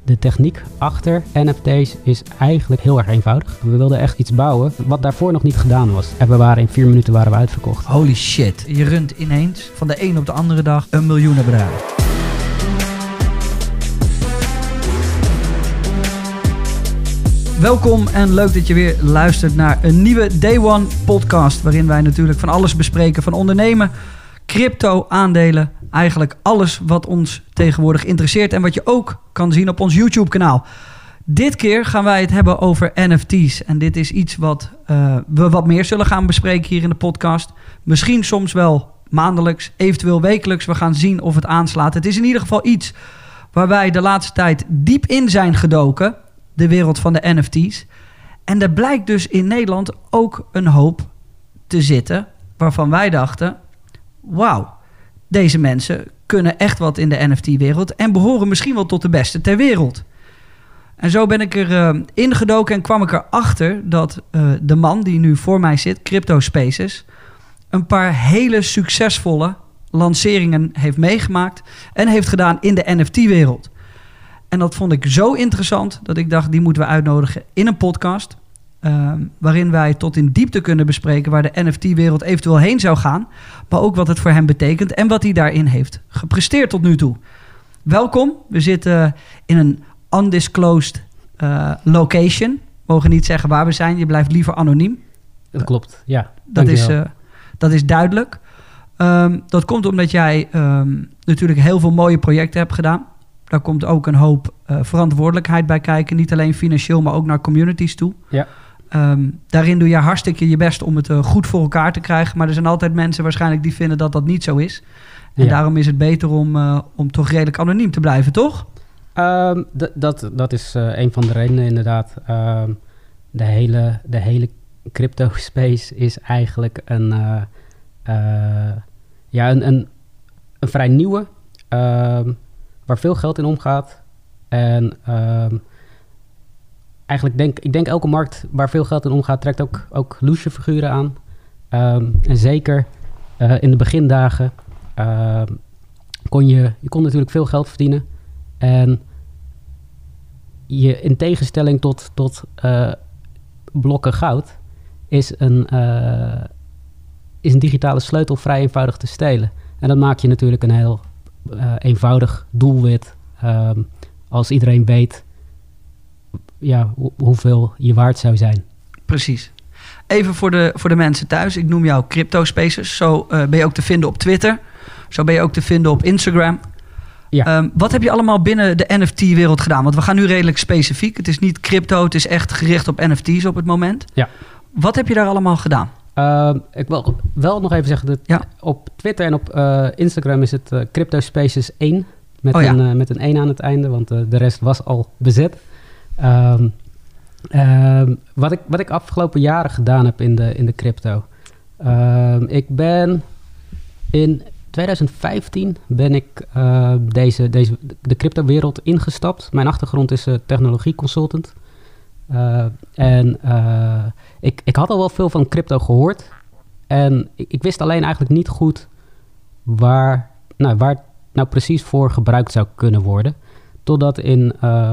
De techniek achter NFT's is eigenlijk heel erg eenvoudig. We wilden echt iets bouwen wat daarvoor nog niet gedaan was. En in 4 minuten waren we uitverkocht. Holy shit. Je runt ineens van de een op de andere dag een miljoenenbedrijf. Welkom en leuk dat je weer luistert naar een nieuwe Day One podcast. Waarin wij natuurlijk van alles bespreken. Van ondernemen, crypto, aandelen. Eigenlijk alles wat ons tegenwoordig interesseert. En wat je ook kan zien op ons YouTube kanaal. Dit keer gaan wij het hebben over NFT's. En dit is iets wat we wat meer zullen gaan bespreken hier in de podcast. Misschien soms wel maandelijks, eventueel wekelijks. We gaan zien of het aanslaat. Het is in ieder geval iets waar wij de laatste tijd diep in zijn gedoken. De wereld van de NFT's. En er blijkt dus in Nederland ook een hoop te zitten waarvan wij dachten, wauw, deze mensen kunnen echt wat in de NFT-wereld en behoren misschien wel tot de beste ter wereld. En zo ben ik er ingedoken en kwam ik erachter dat de man die nu voor mij zit, Crypto Spaces, een paar hele succesvolle lanceringen heeft meegemaakt en heeft gedaan in de NFT-wereld. En dat vond ik zo interessant dat ik dacht, die moeten we uitnodigen in een podcast. Waarin wij tot in diepte kunnen bespreken waar de NFT-wereld eventueel heen zou gaan. Maar ook wat het voor hem betekent en wat hij daarin heeft gepresteerd tot nu toe. Welkom, we zitten in een undisclosed location. We mogen niet zeggen waar we zijn, je blijft liever anoniem. Dat klopt, ja. Dat is duidelijk. Dat komt omdat jij natuurlijk heel veel mooie projecten hebt gedaan. Daar komt ook een hoop verantwoordelijkheid bij kijken. Niet alleen financieel, maar ook naar communities toe. Ja. Daarin doe je hartstikke je best om het goed voor elkaar te krijgen. Maar er zijn altijd mensen waarschijnlijk die vinden dat dat niet zo is. En daarom is het beter om toch redelijk anoniem te blijven, toch? Dat is een van de redenen inderdaad. De hele crypto space is eigenlijk een vrij nieuwe, waar veel geld in omgaat. En eigenlijk ik denk elke markt waar veel geld in omgaat, trekt ook loesje figuren aan. En zeker in de begindagen kon je natuurlijk veel geld verdienen. En je in tegenstelling tot blokken goud is een digitale sleutel vrij eenvoudig te stelen. En dat maakt je natuurlijk een heel eenvoudig doelwit als iedereen weet hoeveel je waard zou zijn. Precies. Even voor de mensen thuis. Ik noem jou Crypto Spaces. Zo ben je ook te vinden op Twitter. Zo ben je ook te vinden op Instagram. Ja. Wat heb je allemaal binnen de NFT-wereld gedaan? Want we gaan nu redelijk specifiek. Het is niet crypto, het is echt gericht op NFT's op het moment. Ja. Wat heb je daar allemaal gedaan? Ik wil wel nog even zeggen dat op Twitter en op Instagram is het Crypto Spaces 1 met een 1 aan het einde, want de rest was al bezet. Wat ik afgelopen jaren gedaan heb in de crypto. Ik ben in 2015 ben ik de crypto-wereld ingestapt. Mijn achtergrond is technologie-consultant. Ik had al wel veel van crypto gehoord. En ik wist alleen eigenlijk niet goed waar het nou precies voor gebruikt zou kunnen worden. Totdat in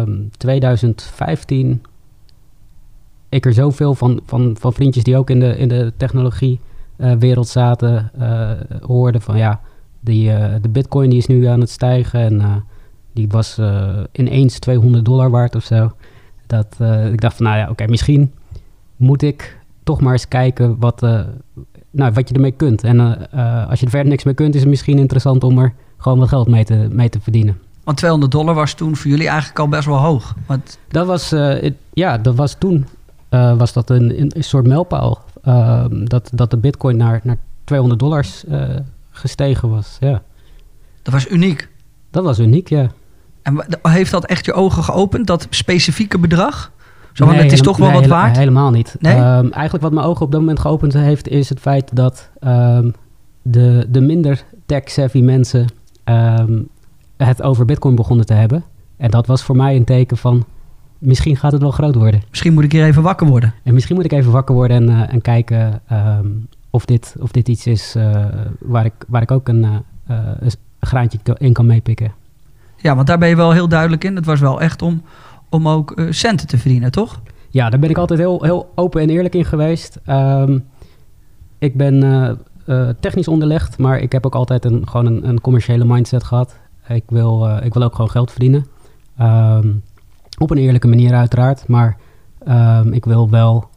2015 ik er zoveel van vriendjes die ook in de technologiewereld zaten hoorden van de bitcoin die is nu aan het stijgen en die was ineens $200 waard of zo. Dat ik dacht van misschien moet ik toch maar eens kijken wat je ermee kunt. En als je er verder niks mee kunt, is het misschien interessant om er gewoon wat geld mee te verdienen. Want $200 was toen voor jullie eigenlijk al best wel hoog. Want dat was toen een soort mijlpaal. Dat de bitcoin naar $200 gestegen was. Ja. Dat was uniek. Dat was uniek, ja. En heeft dat echt je ogen geopend, dat specifieke bedrag? Want het is toch wel wat waard? Helemaal niet. Nee? Eigenlijk wat mijn ogen op dat moment geopend heeft, is het feit dat de minder tech-savvy mensen het over bitcoin begonnen te hebben. En dat was voor mij een teken van, misschien gaat het wel groot worden. Misschien moet ik hier even wakker worden. En misschien moet ik even wakker worden en kijken of dit iets is waar ik ook een graantje in kan meepikken. Ja, want daar ben je wel heel duidelijk in. Het was wel echt om ook centen te verdienen, toch? Ja, daar ben ik altijd heel open en eerlijk in geweest. Ik ben technisch onderlegd, maar ik heb ook altijd een commerciële mindset gehad. Ik wil ook gewoon geld verdienen. Op een eerlijke manier uiteraard, maar ik wil wel...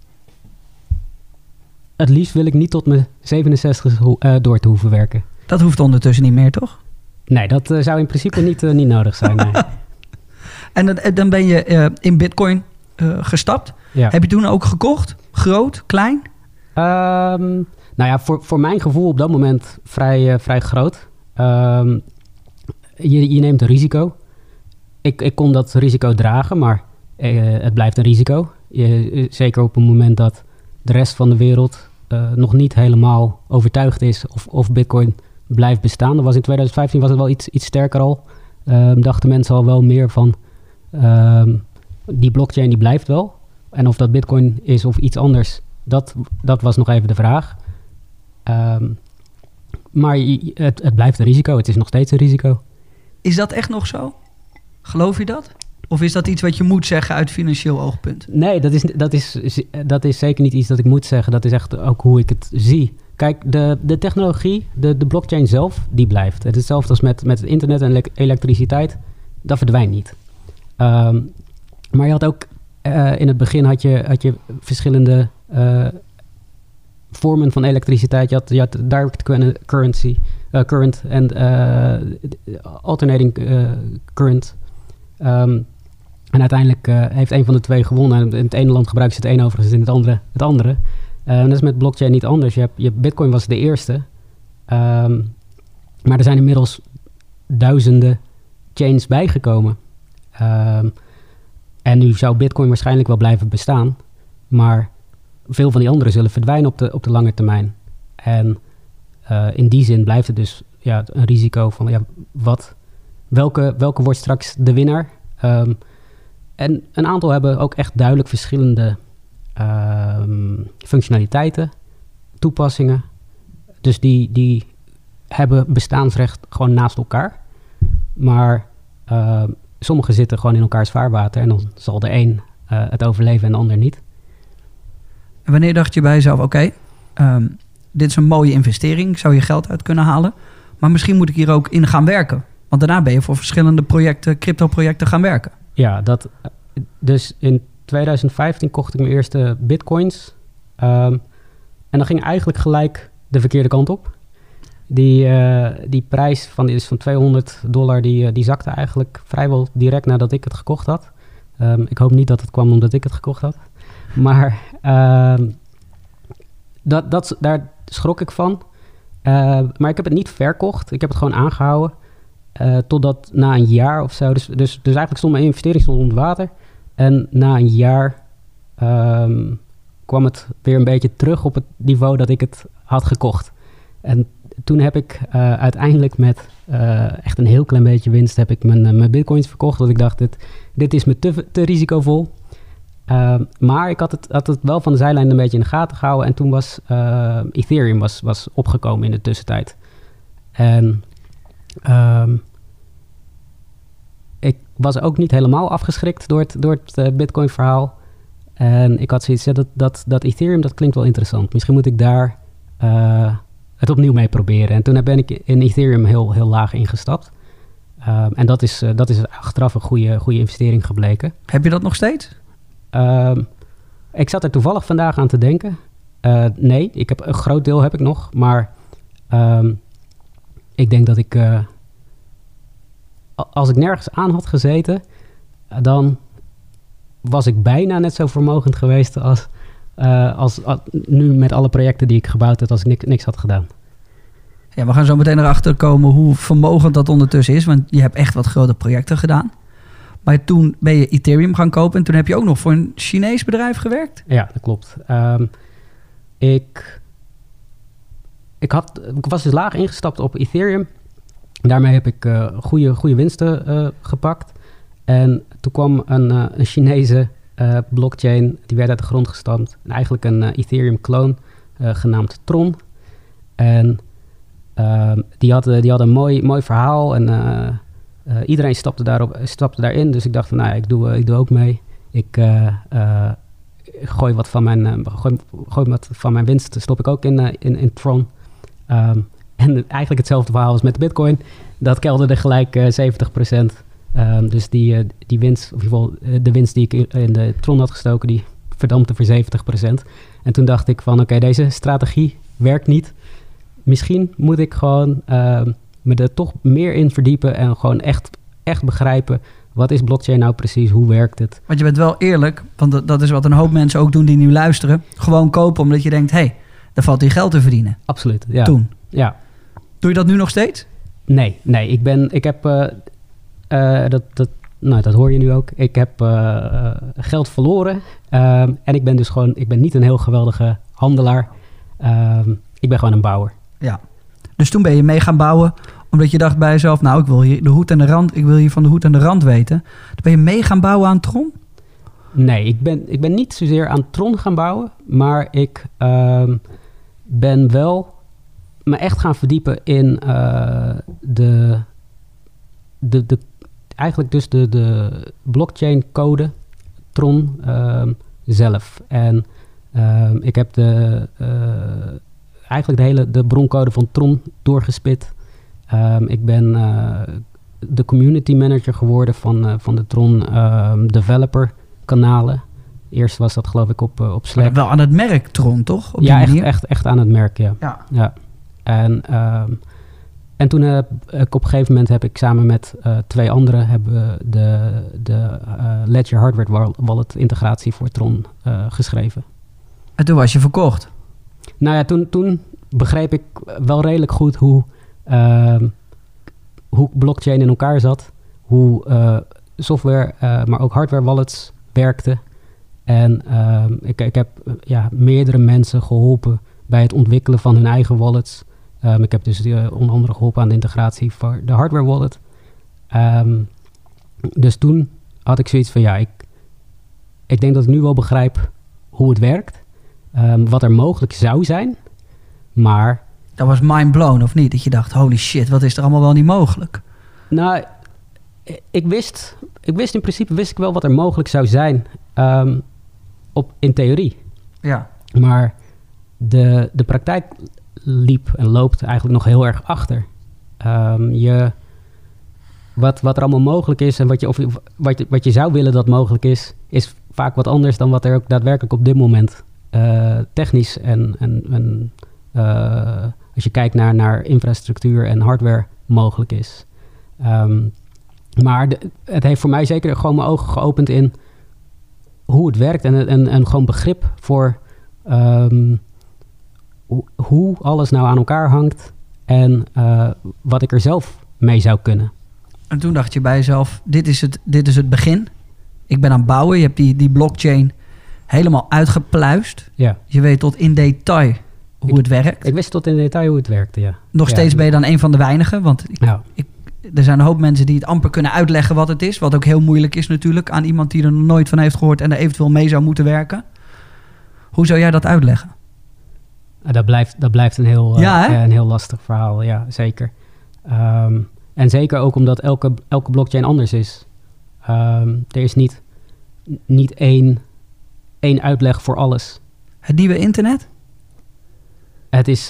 Het liefst wil ik niet tot mijn 67 door te hoeven werken. Dat hoeft ondertussen niet meer, toch? Nee, dat zou in principe niet nodig zijn. Nee. En dan ben je in Bitcoin gestapt. Ja. Heb je toen ook gekocht? Groot? Klein? Nou ja, voor mijn gevoel op dat moment vrij groot. Je neemt een risico. Ik kon dat risico dragen, maar het blijft een risico. Zeker op het moment dat de rest van de wereld nog niet helemaal overtuigd is of Bitcoin blijft bestaan. In 2015 was het wel iets sterker al. Dachten mensen al wel meer van die blockchain die blijft wel. En of dat Bitcoin is of iets anders, dat was nog even de vraag. Maar het blijft een risico. Het is nog steeds een risico. Is dat echt nog zo? Geloof je dat? Of is dat iets wat je moet zeggen uit financieel oogpunt? Nee, dat is zeker niet iets dat ik moet zeggen. Dat is echt ook hoe ik het zie. Kijk, de technologie, de blockchain zelf, die blijft. Het is hetzelfde als met het internet en elektriciteit. Dat verdwijnt niet. Maar je had ook... in het begin had je verschillende vormen van elektriciteit. Je had direct current en alternating current. En uiteindelijk heeft een van de twee gewonnen. In het ene land gebruiken ze het een overigens, in het andere. Dat is met blockchain niet anders. Je Bitcoin was de eerste. Maar er zijn inmiddels duizenden chains bijgekomen. En nu zou Bitcoin waarschijnlijk wel blijven bestaan. Maar veel van die anderen zullen verdwijnen op de lange termijn. En in die zin blijft het dus een risico van welke wordt straks de winnaar? En een aantal hebben ook echt duidelijk verschillende functionaliteiten, toepassingen. Dus die hebben bestaansrecht gewoon naast elkaar. Maar sommige zitten gewoon in elkaars vaarwater en dan zal de een het overleven en de ander niet. En wanneer dacht je bij jezelf, oké, dit is een mooie investering, ik zou je geld uit kunnen halen, maar misschien moet ik hier ook in gaan werken. Want daarna ben je voor verschillende projecten, crypto-projecten gaan werken. Ja, dus in 2015 kocht ik mijn eerste bitcoins. En dan ging eigenlijk gelijk de verkeerde kant op. Die prijs van $200, die zakte eigenlijk vrijwel direct nadat ik het gekocht had. Ik hoop niet dat het kwam omdat ik het gekocht had. Maar daar schrok ik van. Maar ik heb het niet verkocht. Ik heb het gewoon aangehouden. Totdat na een jaar of zo... Dus eigenlijk stond mijn investering onder water. En na een jaar kwam het weer een beetje terug op het niveau dat ik het had gekocht. En toen heb ik uiteindelijk met echt een heel klein beetje winst... heb ik mijn bitcoins verkocht. Want ik dacht, dit is me te risicovol. Maar ik had het wel van de zijlijn een beetje in de gaten gehouden. En toen was Ethereum was opgekomen in de tussentijd. En ik was ook niet helemaal afgeschrikt door het Bitcoin verhaal. En ik had zoiets dat Ethereum, dat klinkt wel interessant. Misschien moet ik daar het opnieuw mee proberen. En toen ben ik in Ethereum heel, heel laag ingestapt. En dat is achteraf een goede investering gebleken. Heb je dat nog steeds? Ik zat er toevallig vandaag aan te denken. Nee, een groot deel heb ik nog. Maar ik denk dat ik... als ik nergens aan had gezeten... dan was ik bijna net zo vermogend geweest... als nu met alle projecten die ik gebouwd heb... als ik niks had gedaan. Ja, we gaan zo meteen erachter komen hoe vermogend dat ondertussen is. Want je hebt echt wat grote projecten gedaan. Maar toen ben je Ethereum gaan kopen... en toen heb je ook nog voor een Chinees bedrijf gewerkt? Ja, dat klopt. Ik was dus laag ingestapt op Ethereum. Daarmee heb ik goede winsten gepakt. En toen kwam een Chinese blockchain... die werd uit de grond gestampt. En eigenlijk een Ethereum-kloon genaamd Tron. En die had een mooi verhaal... en Iedereen stapte daarin. Dus ik dacht van, nou ja, ik doe ook mee. Ik gooi wat van mijn winst, stop ik ook in Tron. En eigenlijk hetzelfde verhaal als met de Bitcoin. Dat kelderde gelijk 70%. Dus die winst, of in ieder geval de winst die ik in de Tron had gestoken, die verdampte voor 70%. En toen dacht ik van, oké, deze strategie werkt niet. Misschien moet ik gewoon me er toch meer in verdiepen en gewoon echt begrijpen, wat is blockchain nou precies, hoe werkt het? Want je bent wel eerlijk, want dat is wat een hoop mensen ook doen die nu luisteren. Gewoon kopen omdat je denkt, hé, daar valt hier geld te verdienen. Absoluut, ja. Toen. Ja. Doe je dat nu nog steeds? Nee. Ik heb, dat hoor je nu ook. Ik heb geld verloren. En ik ben niet een heel geweldige handelaar. Ik ben gewoon een bouwer. Ja. Dus toen ben je mee gaan bouwen, omdat je dacht bij jezelf, nou, ik wil hier de hoed en de rand, ik wil hier van de hoed en de rand weten. Toen ben je mee gaan bouwen aan Tron? Nee, ik ben niet zozeer aan Tron gaan bouwen, maar ik ben wel me echt gaan verdiepen in eigenlijk dus de blockchain code Tron zelf. En ik heb eigenlijk de broncode van Tron doorgespit. Ik ben de community manager geworden van de Tron developer kanalen. Eerst was dat geloof ik op Slack. Maar wel aan het merk Tron, toch? Op die manier? echt aan het merk, ja. En toen op een gegeven moment heb ik samen met 2 anderen hebben de Ledger Hardware Wallet integratie voor Tron geschreven. En toen was je verkocht? Nou ja, toen begreep ik wel redelijk goed hoe blockchain in elkaar zat. Hoe software, maar ook hardware wallets werkten. En ik heb meerdere mensen geholpen bij het ontwikkelen van hun eigen wallets. Ik heb dus onder andere geholpen aan de integratie voor de hardware wallet. Dus toen had ik zoiets van, ik denk dat ik nu wel begrijp hoe het werkt. Wat er mogelijk zou zijn. Maar dat was mind blown, of niet? Dat je dacht, holy shit, wat is er allemaal wel niet mogelijk? Nou, ik wist in principe wel wat er mogelijk zou zijn. In theorie. Ja. Maar de praktijk liep en loopt eigenlijk nog heel erg achter. Wat er allemaal mogelijk is en wat je zou willen dat mogelijk is vaak wat anders dan wat er ook daadwerkelijk op dit moment technisch en als je kijkt naar infrastructuur en hardware mogelijk is. Maar het heeft voor mij zeker gewoon mijn ogen geopend in hoe het werkt en gewoon begrip voor hoe alles nou aan elkaar hangt en wat ik er zelf mee zou kunnen. En toen dacht je bij jezelf, dit is het begin. Ik ben aan het bouwen. Je hebt die blockchain helemaal uitgepluist. Ja. Je weet tot in detail hoe het werkt. Ik wist tot in detail hoe het werkte, ja. Nog steeds ben je dan een van de weinigen. Want er zijn een hoop mensen die het amper kunnen uitleggen wat het is. Wat ook heel moeilijk is natuurlijk aan iemand die er nog nooit van heeft gehoord en er eventueel mee zou moeten werken. Hoe zou jij dat uitleggen? Dat blijft een heel lastig verhaal, ja, zeker. En zeker ook omdat elke blockchain anders is. Er is niet één uitleg voor alles. Het nieuwe internet? Het is...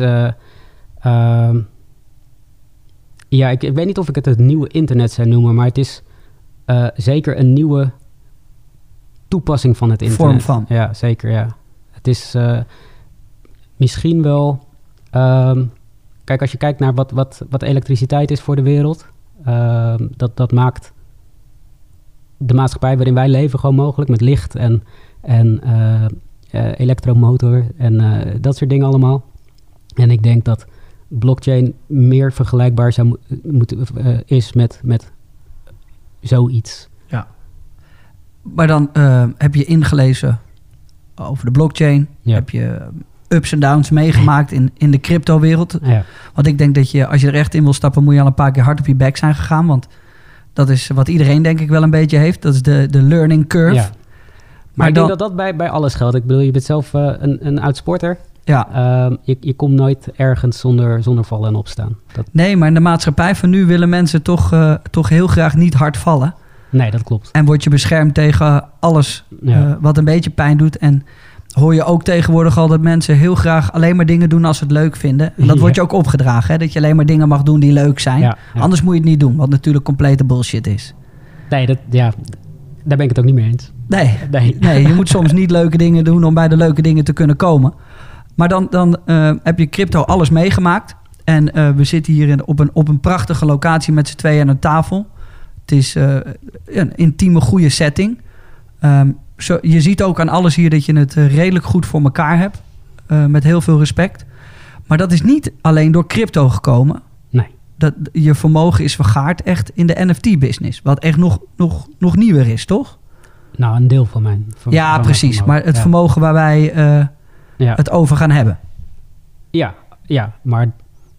ik weet niet of ik het nieuwe internet zou noemen, maar het is zeker een nieuwe toepassing van het internet. Vorm van. Ja, zeker, ja. Het is misschien wel... kijk, als je kijkt naar wat elektriciteit is voor de wereld, dat maakt de maatschappij waarin wij leven gewoon mogelijk met licht en elektromotor en dat soort dingen allemaal. En ik denk dat blockchain meer vergelijkbaar zou moeten is met zoiets. Ja. Maar dan heb je ingelezen over de blockchain. Ja. Heb je ups en downs meegemaakt in de crypto-wereld. Ja. Want ik denk dat je, als je er echt in wil stappen, moet je al een paar keer hard op je bek zijn gegaan. Want dat is wat iedereen denk ik wel een beetje heeft. Dat is de learning curve. Ja. Maar ik denk dat bij alles geldt. Ik bedoel, je bent zelf een oud sporter. Ja. Je komt nooit ergens zonder vallen en opstaan. Nee, maar in de maatschappij van nu willen mensen toch heel graag niet hard vallen. Nee, dat klopt. En word je beschermd tegen alles wat een beetje pijn doet. En hoor je ook tegenwoordig al dat mensen heel graag alleen maar dingen doen als ze het leuk vinden. En dat wordt je ook opgedragen, hè? Dat je alleen maar dingen mag doen die leuk zijn. Ja. Anders moet je het niet doen, wat natuurlijk complete bullshit is. Nee, daar ben ik het ook niet mee eens. Nee, je moet soms niet leuke dingen doen om bij de leuke dingen te kunnen komen. Maar dan heb je crypto alles meegemaakt. En we zitten hier op een prachtige locatie met z'n tweeën aan een tafel. Het is een intieme, goede setting. Je ziet ook aan alles hier dat je het redelijk goed voor elkaar hebt. Met heel veel respect. Maar dat is niet alleen door crypto gekomen. Nee. Je vermogen is vergaard echt in de NFT-business. Wat echt nog nieuwer is, toch? Nou, een deel van mijn Ja, precies. Maar het vermogen waar wij het over gaan hebben. Ja, maar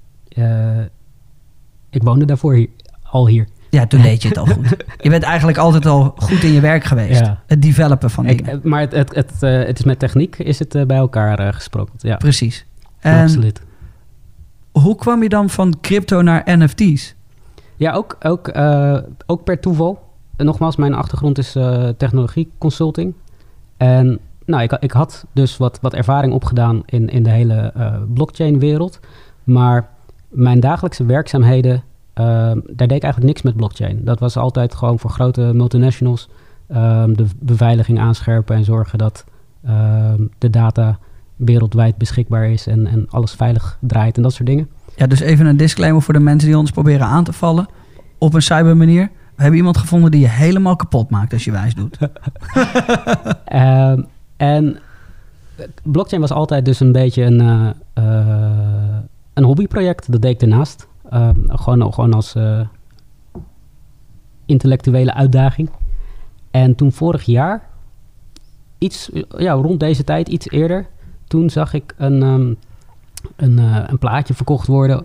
ik woonde daarvoor al hier. Ja, toen deed je het al goed. Je bent eigenlijk altijd al goed in je werk geweest. Ja. Het developen van dingen. Maar het is met techniek is het bij elkaar gesprokkeld. Ja. Precies. En absoluut. Hoe kwam je dan van crypto naar NFT's? Ja, ook per toeval. Nogmaals, mijn achtergrond is technologie consulting. En nou, ik had dus wat ervaring opgedaan in de hele blockchain wereld. Maar mijn dagelijkse werkzaamheden, daar deed ik eigenlijk niks met blockchain. Dat was altijd gewoon voor grote multinationals de beveiliging aanscherpen en zorgen dat de data wereldwijd beschikbaar is en alles veilig draait en dat soort dingen. Ja, dus even een disclaimer voor de mensen die ons proberen aan te vallen op een cybermanier. We hebben iemand gevonden die je helemaal kapot maakt als je wijs doet. En blockchain was altijd dus een beetje een hobbyproject. Dat deed ik ernaast. Gewoon als intellectuele uitdaging. En toen vorig jaar, rond deze tijd, iets eerder, toen zag ik een plaatje verkocht worden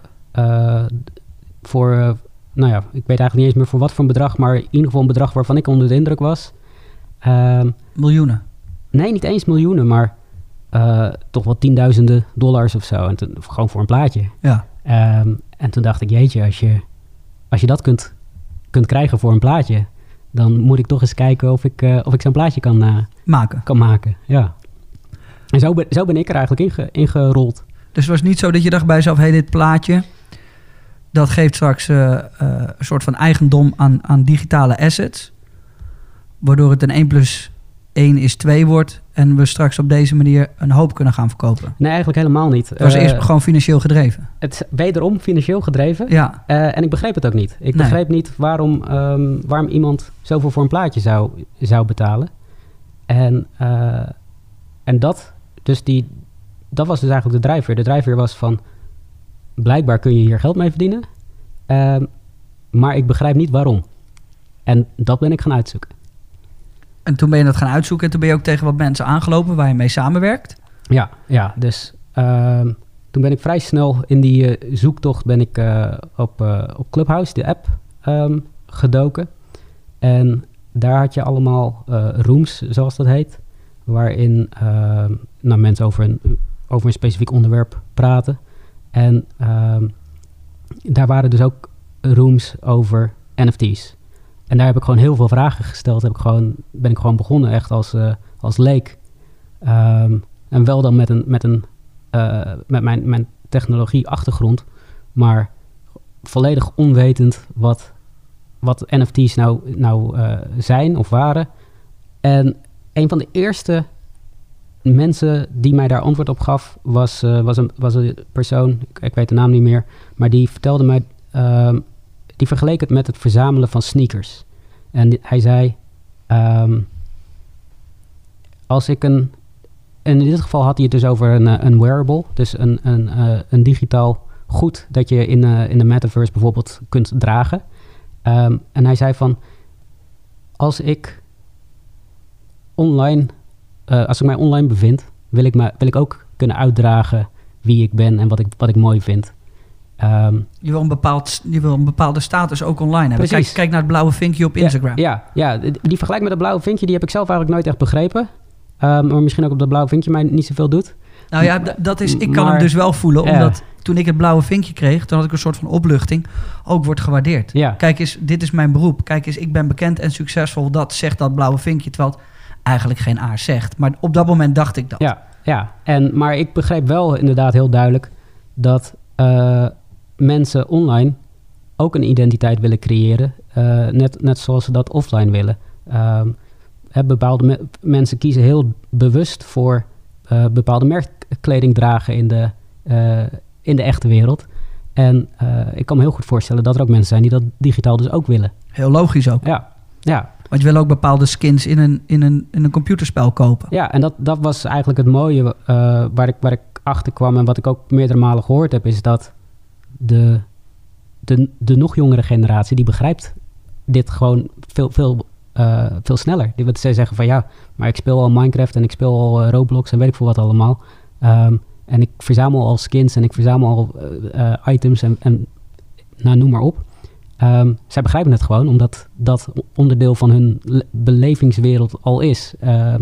voor, ik weet eigenlijk niet eens meer voor wat voor een bedrag, maar in ieder geval een bedrag waarvan ik onder de indruk was. Miljoenen? Nee, niet eens miljoenen, maar toch wel $10.000 of zo. En gewoon voor een plaatje. Ja. En toen dacht ik, jeetje, als je dat kunt krijgen voor een plaatje, dan moet ik toch eens kijken of ik zo'n plaatje kan maken. Ja. En zo ben ik er eigenlijk ingerold. Dus het was niet zo dat je dacht bij jezelf, dit plaatje, dat geeft straks een soort van eigendom aan digitale assets, waardoor het een 1 + 1 = 2 wordt en we straks op deze manier een hoop kunnen gaan verkopen. Nee, eigenlijk helemaal niet. Het was eerst gewoon financieel gedreven. Het is wederom financieel gedreven. Ja. En ik begreep het ook niet. Ik begreep niet waarom iemand zoveel voor een plaatje zou betalen. En dat was dus eigenlijk de drijfveer. De drijfveer was van, blijkbaar kun je hier geld mee verdienen. Maar ik begrijp niet waarom. En dat ben ik gaan uitzoeken. En toen ben je dat gaan uitzoeken en toen ben je ook tegen wat mensen aangelopen waar je mee samenwerkt? Ja, dus toen ben ik vrij snel in die zoektocht op Clubhouse, de app, gedoken. En daar had je allemaal rooms, zoals dat heet, waarin mensen over een specifiek onderwerp praten. En daar waren dus ook rooms over NFT's. En daar heb ik gewoon heel veel vragen gesteld. Ben ik gewoon begonnen echt als leek. En wel dan met mijn technologie achtergrond. Maar volledig onwetend wat NFT's nou zijn of waren. En een van de eerste mensen die mij daar antwoord op gaf was een persoon, ik weet de naam niet meer, maar die vertelde mij, die vergeleek het met het verzamelen van sneakers. En hij zei, in dit geval had hij het dus over een wearable, dus een digitaal goed dat je in de metaverse bijvoorbeeld kunt dragen. En hij zei van, als ik mij online bevind, wil ik ook kunnen uitdragen wie ik ben en wat ik mooi vind. Je wil een bepaalde status ook online hebben. Kijk naar het blauwe vinkje op Instagram. Ja, die vergelijk met het blauwe vinkje, die heb ik zelf eigenlijk nooit echt begrepen. Maar misschien ook op dat blauwe vinkje mij niet zoveel doet. Nou ja, ik kan hem dus wel voelen, omdat toen ik het blauwe vinkje kreeg, toen had ik een soort van opluchting. Ook wordt gewaardeerd. Ja. Kijk eens, dit is mijn beroep. Kijk eens, ik ben bekend en succesvol. Dat zegt dat blauwe vinkje, terwijl het eigenlijk geen aar zegt. Maar op dat moment dacht ik dat. Ja. Maar ik begreep wel inderdaad heel duidelijk dat mensen online ook een identiteit willen creëren. Net zoals ze dat offline willen. Bepaalde mensen kiezen heel bewust voor bepaalde merkkleding dragen in de echte wereld. En ik kan me heel goed voorstellen dat er ook mensen zijn die dat digitaal dus ook willen. Heel logisch ook. Ja. Want je wil ook bepaalde skins in een computerspel kopen. Ja, en dat was eigenlijk het mooie waar ik achter kwam en wat ik ook meerdere malen gehoord heb, is dat de nog jongere generatie, die begrijpt dit gewoon veel sneller. Die ze zeggen van ja, maar ik speel al Minecraft en ik speel al Roblox en weet ik veel wat allemaal. En ik verzamel al skins en ik verzamel al items en noem maar op. Zij begrijpen het gewoon, omdat dat onderdeel van hun belevingswereld al is.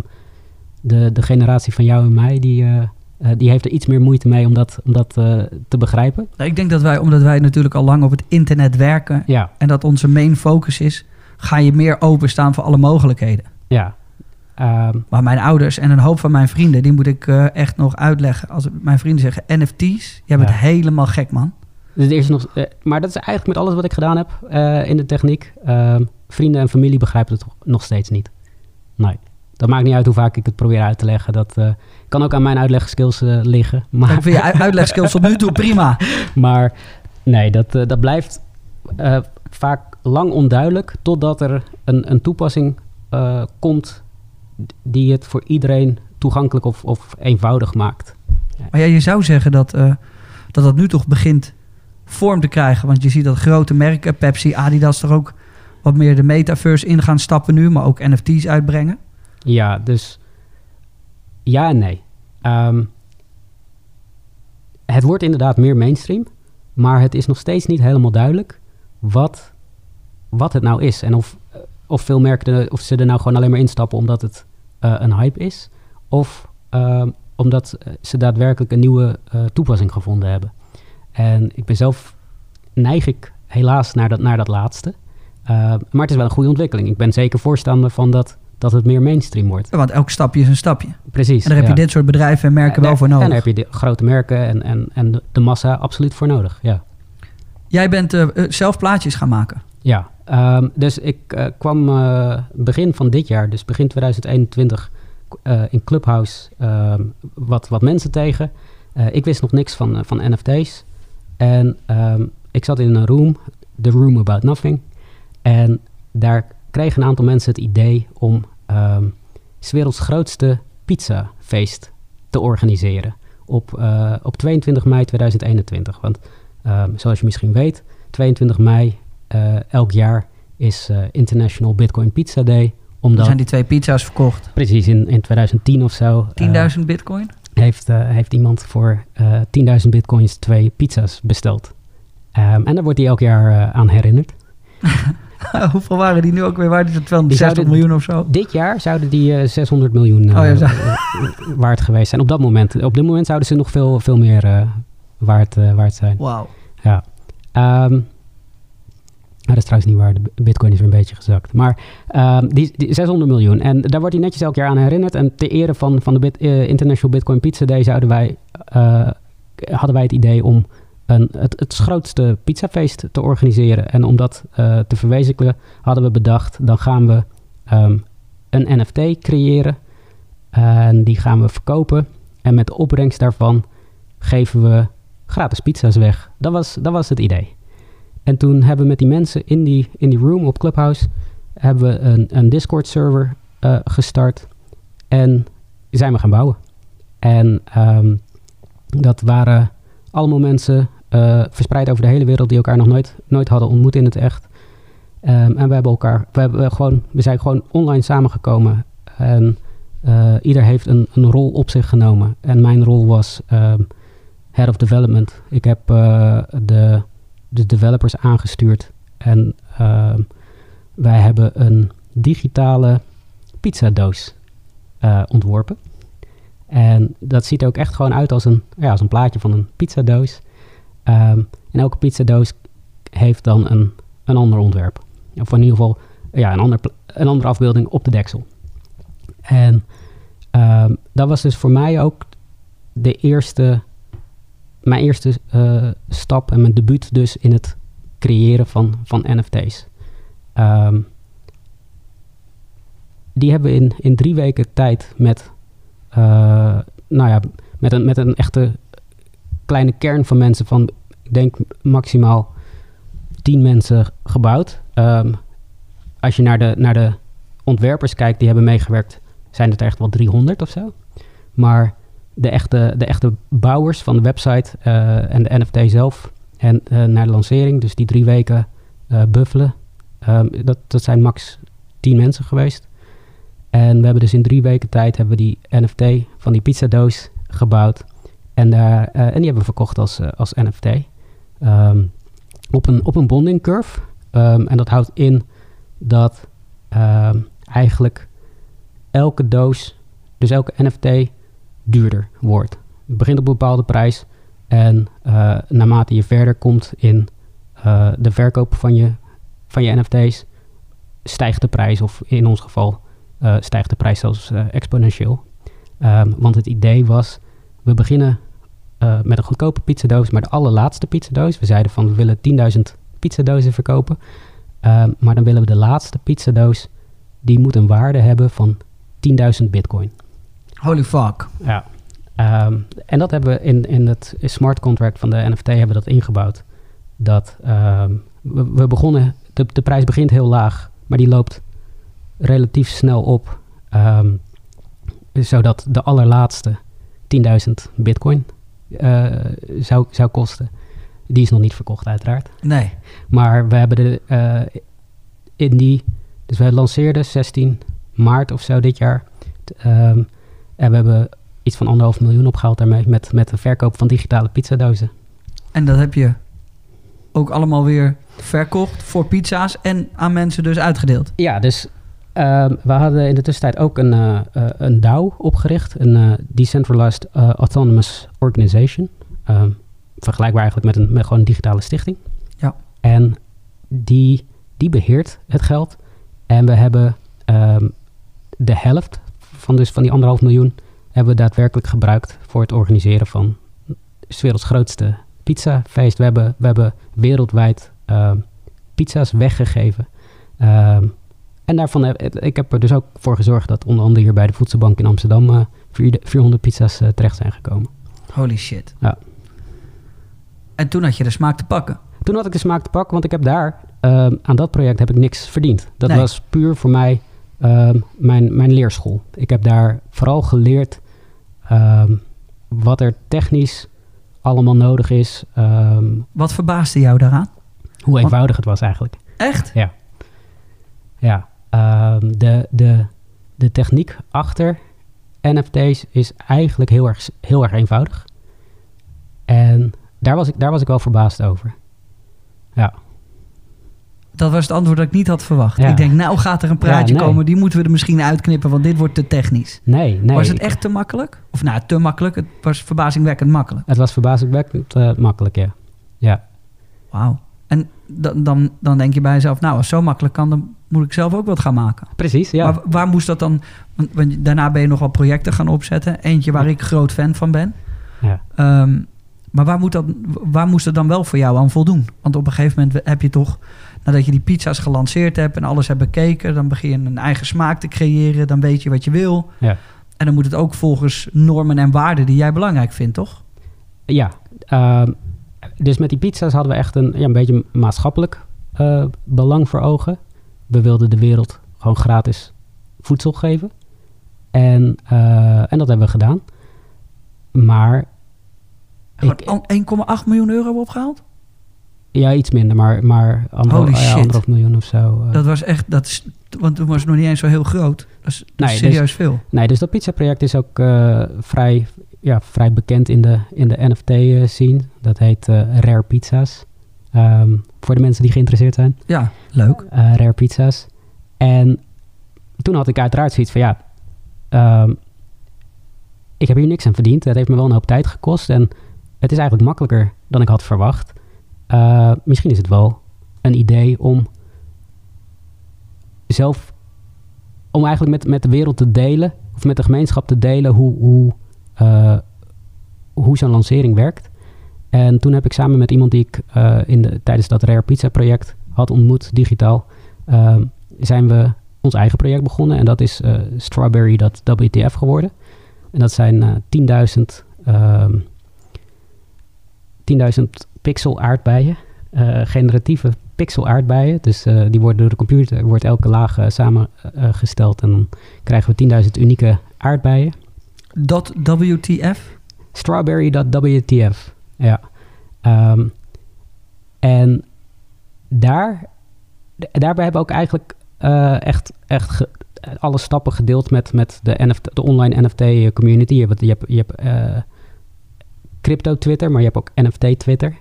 De generatie van jou en mij, die heeft er iets meer moeite mee om dat te begrijpen. Ik denk dat omdat wij natuurlijk al lang op het internet werken en dat onze main focus is, ga je meer openstaan voor alle mogelijkheden. Ja. Maar mijn ouders en een hoop van mijn vrienden, die moet ik echt nog uitleggen. Als mijn vrienden zeggen NFT's, jij bent helemaal gek, man. Dus maar dat is eigenlijk met alles wat ik gedaan heb in de techniek. Vrienden en familie begrijpen het nog steeds niet. Nee. Dat maakt niet uit hoe vaak ik het probeer uit te leggen. Dat kan ook aan mijn uitlegskills liggen. Maar ik vind je uitlegskills tot nu toe prima. Maar nee, dat blijft vaak lang onduidelijk, totdat er een toepassing komt die het voor iedereen toegankelijk of eenvoudig maakt. Maar je zou zeggen dat nu toch begint vorm te krijgen. Want je ziet dat grote merken, Pepsi, Adidas, er ook wat meer de metaverse in gaan stappen nu, maar ook NFT's uitbrengen. Ja, dus ja en nee. Het wordt inderdaad meer mainstream, maar het is nog steeds niet helemaal duidelijk wat het nou is. En of veel merken of ze er nou gewoon alleen maar instappen omdat het een hype is, of omdat ze daadwerkelijk een nieuwe toepassing gevonden hebben. En ik ben zelf, neig ik helaas naar dat laatste. Maar het is wel een goede ontwikkeling. Ik ben zeker voorstander van dat het meer mainstream wordt. Ja, want elk stapje is een stapje. Precies. En daar heb je dit soort bedrijven en merken wel voor nodig. En daar heb je de grote merken en de massa absoluut voor nodig, ja. Jij bent zelf plaatjes gaan maken. Ja, dus ik kwam begin van dit jaar, dus begin 2021... in Clubhouse wat mensen tegen. Ik wist nog niks van NFT's. En ik zat in een room, The Room About Nothing. En daar kregen een aantal mensen het idee om 's werelds grootste pizzafeest te organiseren. Op 22 mei 2021. Want zoals je misschien weet, 22 mei elk jaar is International Bitcoin Pizza Day. Er zijn die 2 pizza's verkocht. Precies, in 2010 of zo. 10.000 bitcoin? Heeft iemand voor 10.000 bitcoins 2 pizza's besteld. En daar wordt hij elk jaar aan herinnerd. Hoeveel waren die nu ook weer waard? Is het 260 miljoen of zo? Dit jaar zouden die 600 miljoen waard geweest zijn. Op dat moment. Op dit moment zouden ze nog veel meer waard zijn. Wauw. Ja. Dat is trouwens niet waar. De bitcoin is weer een beetje gezakt. Maar die 600 miljoen. En daar wordt hij netjes elk jaar aan herinnerd. En ter ere van de International Bitcoin Pizza Day hadden wij het idee om het grootste pizzafeest te organiseren. En om dat te verwezenlijken hadden we bedacht, dan gaan we een NFT creëren. En die gaan we verkopen. En met de opbrengst daarvan geven we gratis pizza's weg. Dat was het idee. En toen hebben we met die mensen in die room op Clubhouse hebben we een Discord server gestart. En zijn we gaan bouwen. En dat waren allemaal mensen verspreid over de hele wereld die elkaar nog nooit hadden ontmoet in het echt. En we zijn gewoon online samengekomen. En ieder heeft een rol op zich genomen. En mijn rol was Head of Development. Ik heb de developers aangestuurd. En wij hebben een digitale pizzadoos ontworpen. En dat ziet er ook echt gewoon uit als een plaatje van een pizzadoos. En elke pizzadoos heeft dan een ander ontwerp. Of in ieder geval een andere afbeelding op de deksel. En dat was dus voor mij ook mijn eerste stap en mijn debuut dus in het creëren van NFT's. Die hebben we in 3 weken tijd met een echte kleine kern van mensen van, ik denk maximaal 10 mensen gebouwd. Als je naar de ontwerpers kijkt die hebben meegewerkt, zijn het er echt wel 300 of zo. Maar de echte bouwers van de website en de NFT zelf en naar de lancering, dus die 3 weken buffelen, dat zijn max 10 mensen geweest. En we hebben dus in 3 weken tijd hebben we die NFT van die pizzadoos gebouwd. En die hebben we verkocht als NFT. Op een bonding curve. En dat houdt in dat eigenlijk elke doos, dus elke NFT, duurder wordt. Het begint op een bepaalde prijs. En naarmate je verder komt in de verkoop van je NFT's, stijgt de prijs. Of in ons geval stijgt de prijs zelfs exponentieel. Want het idee was, we beginnen met een goedkope pizzadoos, maar de allerlaatste pizzadoos. We zeiden van, we willen 10.000 pizzadozen verkopen. Maar dan willen we de laatste pizzadoos, die moet een waarde hebben van 10.000 bitcoin. Holy fuck. Ja. En dat hebben we in het smart contract van de NFT hebben we dat ingebouwd. Dat we begonnen, de prijs begint heel laag, maar die loopt relatief snel op. Zodat de allerlaatste 10.000 bitcoin zou kosten. Die is nog niet verkocht uiteraard. Nee. Maar we hebben dus we lanceerden 16 maart of zo dit jaar. En we hebben iets van 1,5 miljoen opgehaald daarmee met de verkoop van digitale pizzadozen. En dat heb je ook allemaal weer verkocht voor pizza's en aan mensen dus uitgedeeld? Ja, dus we hadden in de tussentijd ook een DAO opgericht. Een Decentralized Autonomous Organization. Vergelijkbaar eigenlijk met gewoon een digitale stichting. Ja. En die beheert het geld. En we hebben de helft van die 1,5 miljoen hebben we daadwerkelijk gebruikt voor het organiseren van de werelds grootste pizzafeest. We hebben wereldwijd pizza's weggegeven. En daarvan ik heb er dus ook voor gezorgd dat onder andere hier bij de Voedselbank in Amsterdam 400 pizza's terecht zijn gekomen. Holy shit. Ja. En toen had je de smaak te pakken? Toen had ik de smaak te pakken, want ik heb daar, aan dat project heb ik niks verdiend. Dat was puur voor mij mijn leerschool. Ik heb daar vooral geleerd wat er technisch allemaal nodig is. Wat verbaasde jou daaraan? Hoe eenvoudig het was eigenlijk. Echt? Ja. Ja. De techniek achter NFT's is eigenlijk heel erg eenvoudig. En daar was ik wel verbaasd over. Ja. Dat was het antwoord dat ik niet had verwacht. Ja. Ik denk, nou gaat er een praatje komen. Die moeten we er misschien uitknippen, want dit wordt te technisch. Nee. Was het echt te makkelijk? Of te makkelijk. Het was verbazingwekkend makkelijk. Het was verbazingwekkend makkelijk, ja. Ja. Wauw. En dan denk je bij jezelf, nou, als het zo makkelijk kan, dan moet ik zelf ook wat gaan maken. Precies, ja. Maar waar moest dat dan... Want daarna ben je nog wel projecten gaan opzetten. Eentje waar ik groot fan van ben. Ja. Maar waar moest het dan wel voor jou aan voldoen? Want op een gegeven moment heb je toch... Nadat je die pizza's gelanceerd hebt en alles hebt bekeken... dan begin je een eigen smaak te creëren. Dan weet je wat je wil. Ja. En dan moet het ook volgens normen en waarden die jij belangrijk vindt, toch? Ja. Dus met die pizza's hadden we echt een beetje maatschappelijk belang voor ogen. We wilden de wereld gewoon gratis voedsel geven. En dat hebben we gedaan. Maar... 1,8 miljoen euro opgehaald? Ja, iets minder, maar 1,5 miljoen of zo. Dat was echt, want toen was het nog niet eens zo heel groot. Dat is serieus veel. Nee, dus dat pizza-project is ook vrij bekend in de NFT-scene. Dat heet Rare Pizza's. Voor de mensen die geïnteresseerd zijn. Ja, leuk. Rare Pizza's. En toen had ik uiteraard zoiets van ik heb hier niks aan verdiend. Het heeft me wel een hoop tijd gekost. En het is eigenlijk makkelijker dan ik had verwacht. Misschien is het wel een idee om eigenlijk met de wereld te delen, of met de gemeenschap te delen hoe zo'n lancering werkt. En toen heb ik samen met iemand die ik tijdens dat Rare Pizza project had ontmoet, digitaal, zijn we ons eigen project begonnen. En dat is Strawberry.wtf geworden. En dat zijn 10.000 pixel aardbeien. Generatieve pixel aardbeien. Dus die worden door de computer, wordt elke laag samengesteld. En dan krijgen we 10.000 unieke aardbeien. .wtf? Strawberry.wtf, ja. En daarbij hebben we ook eigenlijk echt alle stappen gedeeld met de online NFT community. Je hebt crypto Twitter, maar je hebt ook NFT Twitter.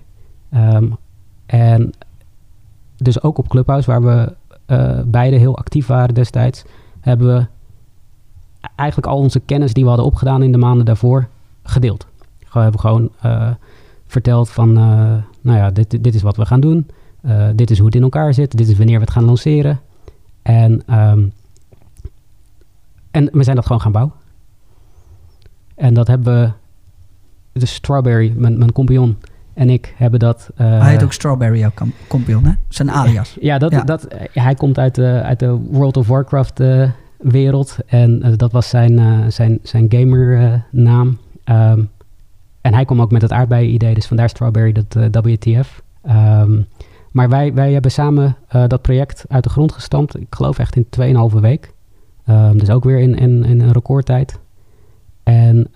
En dus ook op Clubhouse, waar we beide heel actief waren destijds, hebben we eigenlijk al onze kennis die we hadden opgedaan in de maanden daarvoor gedeeld. We hebben gewoon verteld van, dit is wat we gaan doen. Dit is hoe het in elkaar zit. Dit is wanneer we het gaan lanceren. En we zijn dat gewoon gaan bouwen. En dat hebben we, de Strawberry, mijn compagnon en ik hebben dat... hij heet ook Strawberry, jouw compagnon, hè? Zijn alias. Ja, hij komt uit de World of Warcraft wereld. En dat was zijn gamer naam. En hij kwam ook met het aardbeien-idee, dus vandaar Strawberry, dat WTF. Maar wij hebben samen dat project uit de grond gestampt. Ik geloof echt in 2,5 week. Dus ook weer in een recordtijd. En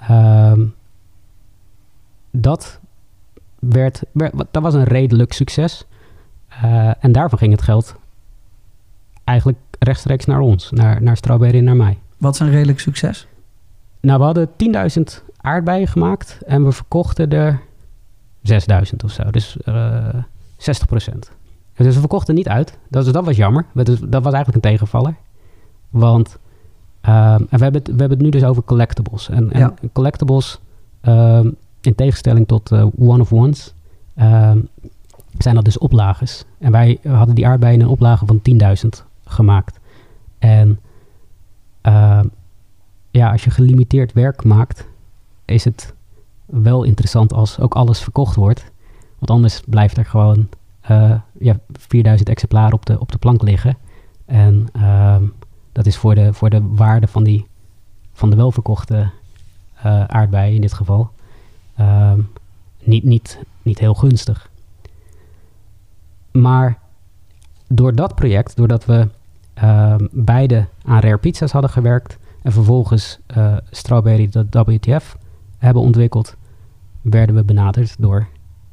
dat was een redelijk succes. En daarvan ging het geld eigenlijk rechtstreeks naar ons. Naar Strawberry en naar mij. Wat is een redelijk succes? Nou, we hadden 10.000 aardbeien gemaakt. En we verkochten er 6.000 of zo. Dus 60%. Dus we verkochten niet uit. Dat was jammer. Dat was eigenlijk een tegenvaller. Want en we hebben het nu dus over collectibles. En collectibles, in tegenstelling tot one-of-ones, zijn dat dus oplages. En wij hadden die aardbeien in een oplage van 10.000 gemaakt. En als je gelimiteerd werk maakt, is het wel interessant als ook alles verkocht wordt. Want anders blijft er gewoon 4.000 exemplaren op de plank liggen. En dat is voor de waarde van de welverkochte aardbeien in dit geval niet heel gunstig. Maar door dat project, doordat we beide aan Rare Pizza's hadden gewerkt en vervolgens Strawberry.wtf hebben ontwikkeld, werden we benaderd door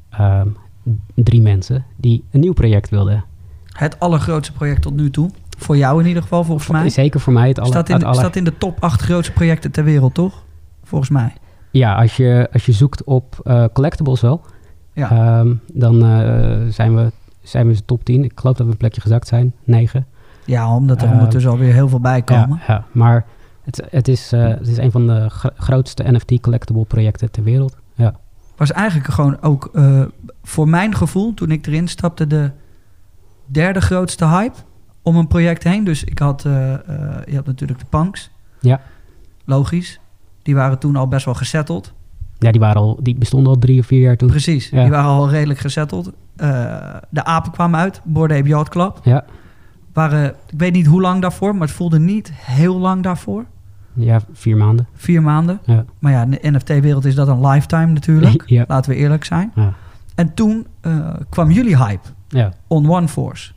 3 mensen die een nieuw project wilden. Het allergrootste project tot nu toe. Voor jou in ieder geval, volgens mij. Zeker voor mij. Staat in de top 8 grootste projecten ter wereld, toch? Volgens mij. Ja, als je zoekt op collectibles wel. Ja. Dan zijn we top 10. Ik geloof dat we een plekje gezakt zijn. 9. Ja, omdat er ondertussen alweer heel veel bij komen. Ja, maar het is een van de grootste NFT collectible projecten ter wereld. Ja. Was eigenlijk gewoon ook voor mijn gevoel, toen ik erin stapte, de 3e grootste hype om een project heen. Dus ik had, je had natuurlijk de punks. Ja. Logisch. Die waren toen al best wel gesetteld. Ja, die bestonden al 3 of 4 jaar toen. Precies, ja. Die waren al redelijk gesetteld. De apen kwamen uit, Bored Ape Yacht Club. Ja. Ik weet niet hoe lang daarvoor, maar het voelde niet heel lang daarvoor. Ja, 4 maanden. 4 maanden. Ja. Maar ja, in de NFT-wereld is dat een lifetime natuurlijk. Ja. Laten we eerlijk zijn. Ja. En toen kwam jullie hype. Ja. On One Force.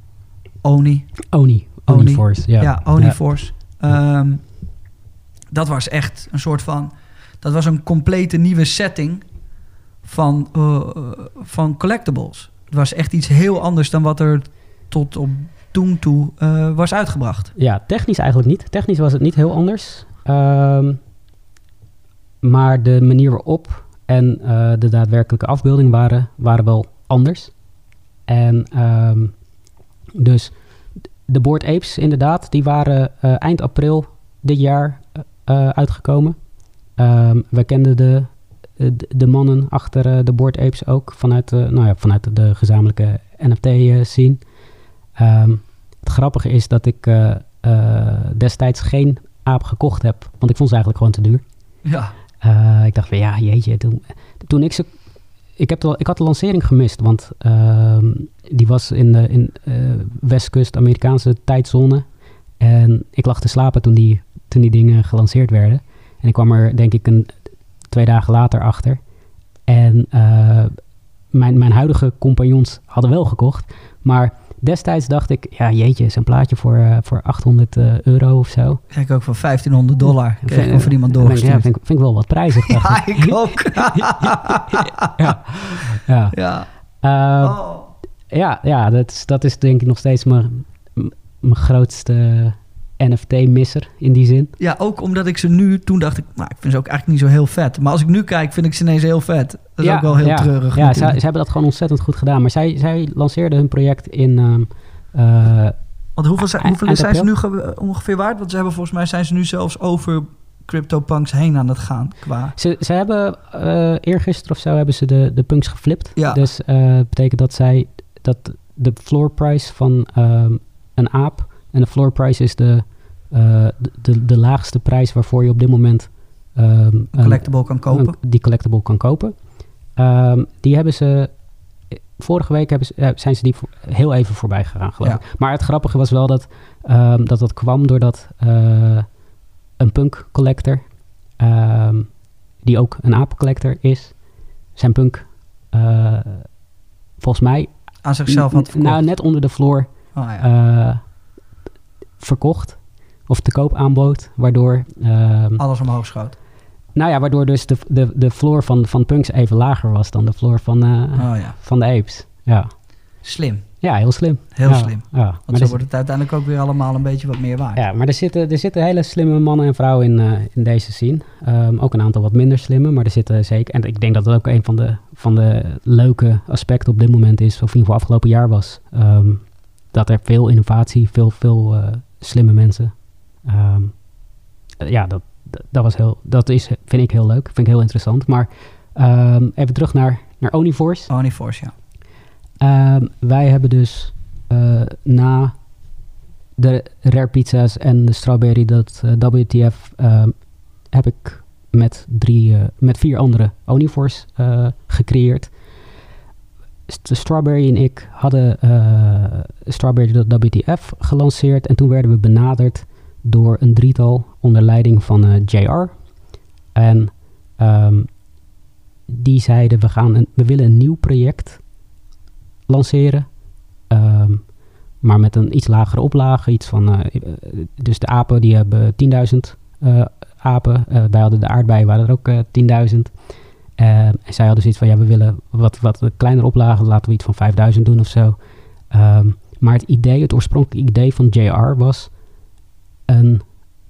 Oniforce. Ja, ja Oniforce. Ja. Dat was echt een soort van... Dat was een complete nieuwe setting van collectibles. Het was echt iets heel anders dan wat er tot op toen toe was uitgebracht. Ja, technisch eigenlijk niet. Technisch was het niet heel anders. Maar de manier waarop en de daadwerkelijke afbeelding waren wel anders. En dus de Bored Apes inderdaad, die waren eind april dit jaar uitgekomen. We kenden de mannen achter de Bored Apes ook vanuit de gezamenlijke NFT-scene. Het grappige is dat ik destijds geen aap gekocht heb, want ik vond ze eigenlijk gewoon te duur. Ja. Ik dacht van ja, jeetje. Toen ik had de lancering gemist, want die was in Westkust Amerikaanse tijdzone. En ik lag te slapen toen die dingen gelanceerd werden. En ik kwam er denk ik 2 dagen later achter. En mijn huidige compagnons hadden wel gekocht. Maar destijds dacht ik, ja jeetje, zo'n plaatje voor €800 of zo. Kijk ook voor $1,500 kreeg ik voor iemand doorgestuurd. Ja, vind ik wel wat prijzig. Ja, ik ook. Ja, dat is denk ik nog steeds mijn grootste NFT-misser in die zin. Ja, ook omdat ik ze nu... Toen dacht ik, ik vind ze ook eigenlijk niet zo heel vet. Maar als ik nu kijk, vind ik ze ineens heel vet. Dat is ook wel heel treurig. Ja, ze hebben dat gewoon ontzettend goed gedaan. Maar zij lanceerden hun project in... Want hoeveel zijn ze nu ongeveer waard? Want volgens mij zijn ze nu zelfs over CryptoPunks heen aan het gaan. Ze hebben eergisteren of zo hebben ze de punks geflipt. Ja. Dus betekent dat de floor price van een aap... En de floor price is de laagste prijs waarvoor je op dit moment... een collectible kan kopen. Die collectible kan kopen. Die hebben ze... Vorige week zijn ze die heel even voorbij gegaan, geloof ik. Maar het grappige was wel dat kwam doordat een punk collector... die ook een aap collector is... zijn punk volgens mij... aan zichzelf had verkocht. Nou, net onder de floor... verkocht of te koop aanbood, waardoor... alles omhoog schoot. Nou ja, waardoor dus de floor van punks even lager was dan de floor van de apes. Ja. Slim. Ja, heel slim. Heel slim. Ja. Want zo wordt het uiteindelijk ook weer allemaal een beetje wat meer waard. Ja, maar er zitten hele slimme mannen en vrouwen in deze scene. Ook een aantal wat minder slimme, maar er zitten zeker... En ik denk dat dat ook een van de leuke aspecten op dit moment is, of in ieder geval afgelopen jaar was... dat er veel innovatie, veel slimme mensen. Vind ik heel leuk. Vind ik heel interessant. Maar even terug naar Oniforce. Oniforce, ja. Wij hebben dus na de Rare Pizza's en de Strawberry, dat WTF, heb ik met 4 andere Oniforce gecreëerd. De Strawberry en ik hadden Strawberry.wtf gelanceerd. En toen werden we benaderd door een 3-tal onder leiding van JR. En die zeiden, we willen een nieuw project lanceren. Maar met een iets lagere oplage. Iets van, dus de apen die hebben 10.000 apen. Wij hadden de aardbeien, waren er ook 10.000. En zij hadden zoiets van, we willen wat kleiner oplagen, laten we iets van 5.000 doen of zo. Maar het oorspronkelijke idee van JR was een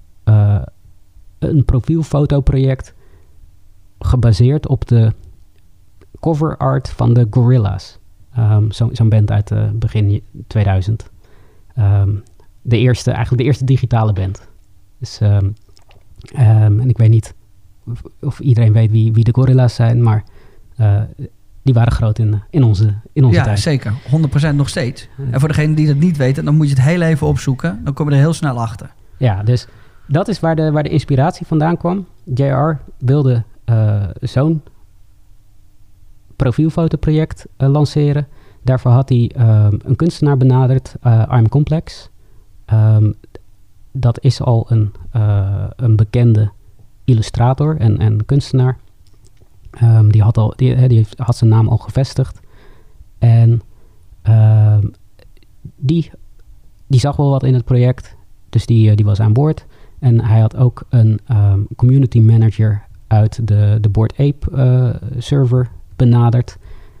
profielfotoproject gebaseerd op de cover art van de Gorillaz. Zo'n band uit begin 2000. De eerste digitale band. Dus, en ik weet niet of iedereen weet wie de Gorillaz zijn, maar die waren groot in onze tijd. Ja, zeker. 100% nog steeds. En voor degene die dat niet weten, dan moet je het heel even opzoeken. Dan kom je er heel snel achter. Ja, dus dat is waar de inspiratie vandaan kwam. JR wilde zo'n profielfotoproject lanceren. Daarvoor had hij een kunstenaar benaderd, I'm Complex. Dat is al een bekende illustrator en kunstenaar. Die had zijn naam al gevestigd. En die zag wel wat in het project. Dus die was aan boord. En hij had ook een community manager uit de Bored Ape server benaderd.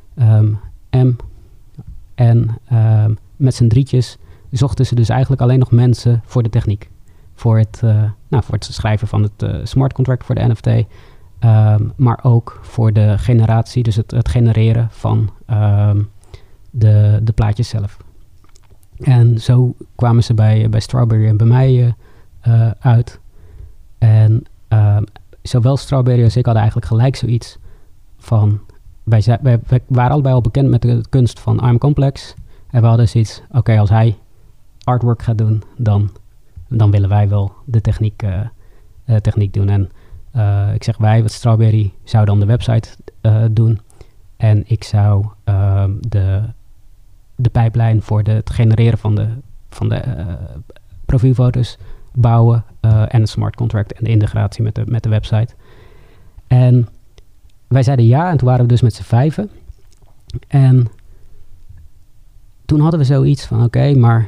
En met z'n drietjes zochten ze dus eigenlijk alleen nog mensen voor de techniek. Voor het schrijven van het smart contract voor de NFT. Maar ook voor de generatie, dus het genereren van de plaatjes zelf. En zo kwamen ze bij Strawberry en bij mij uit. En zowel Strawberry als ik hadden eigenlijk gelijk zoiets van... Wij waren allebei al bekend met de kunst van ARM Complex. En we hadden zoiets, oké, als hij artwork gaat doen, dan willen wij wel de techniek doen. En ik zeg wij, wat Strawberry zou dan de website doen. En ik zou de pijplijn voor het genereren van de profielfoto's bouwen. En het smart contract en de integratie met de website. En wij zeiden ja, en toen waren we dus met z'n 5. En toen hadden we zoiets van, oké, maar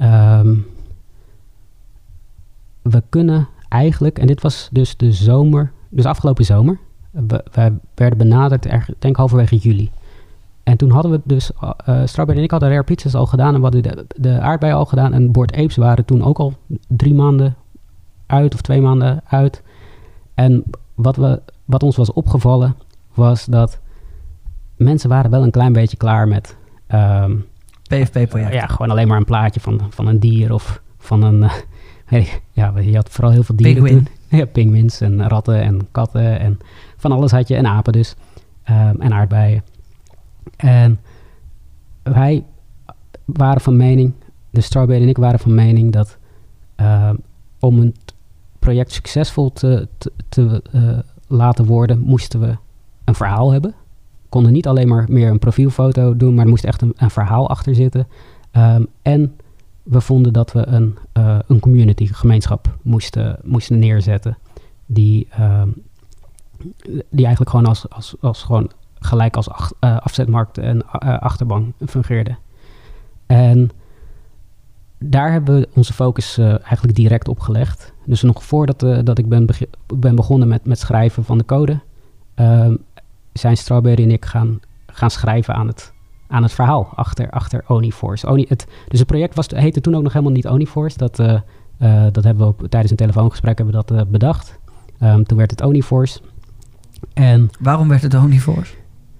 we kunnen eigenlijk, en dit was dus de zomer, dus afgelopen zomer, wij werden benaderd, denk halverwege juli. En toen hadden we dus, Strawberry en ik hadden Rare Pizzas al gedaan en we hadden de aardbeien al gedaan. En Bored Apes waren toen ook al 3 maanden uit of 2 maanden uit. En wat ons was opgevallen was dat mensen waren wel een klein beetje klaar met... PFP-project. Ja, gewoon alleen maar een plaatje van een dier of van een... je had vooral heel veel dieren Penguin. toen. Ja, pinguïns en ratten en katten en van alles had je. En apen dus. En aardbeien. En wij waren van mening, de Strawberry en ik waren van mening dat om een project succesvol te laten worden, moesten we een verhaal hebben. We konden niet alleen maar meer een profielfoto doen, maar er moest echt een verhaal achter zitten. En we vonden dat we een community, gemeenschap moesten neerzetten. Die eigenlijk gewoon als gewoon gelijk als afzetmarkt en achterbank fungeerde. En daar hebben we onze focus eigenlijk direct op gelegd. Dus nog voordat dat ik ben begonnen met schrijven van de code, zijn Strawberry en ik gaan schrijven aan het verhaal achter OniForce. Dus het project heette toen ook nog helemaal niet OniForce. Dat hebben we tijdens een telefoongesprek hebben we dat bedacht. Toen werd het OniForce. En waarom werd het OniForce?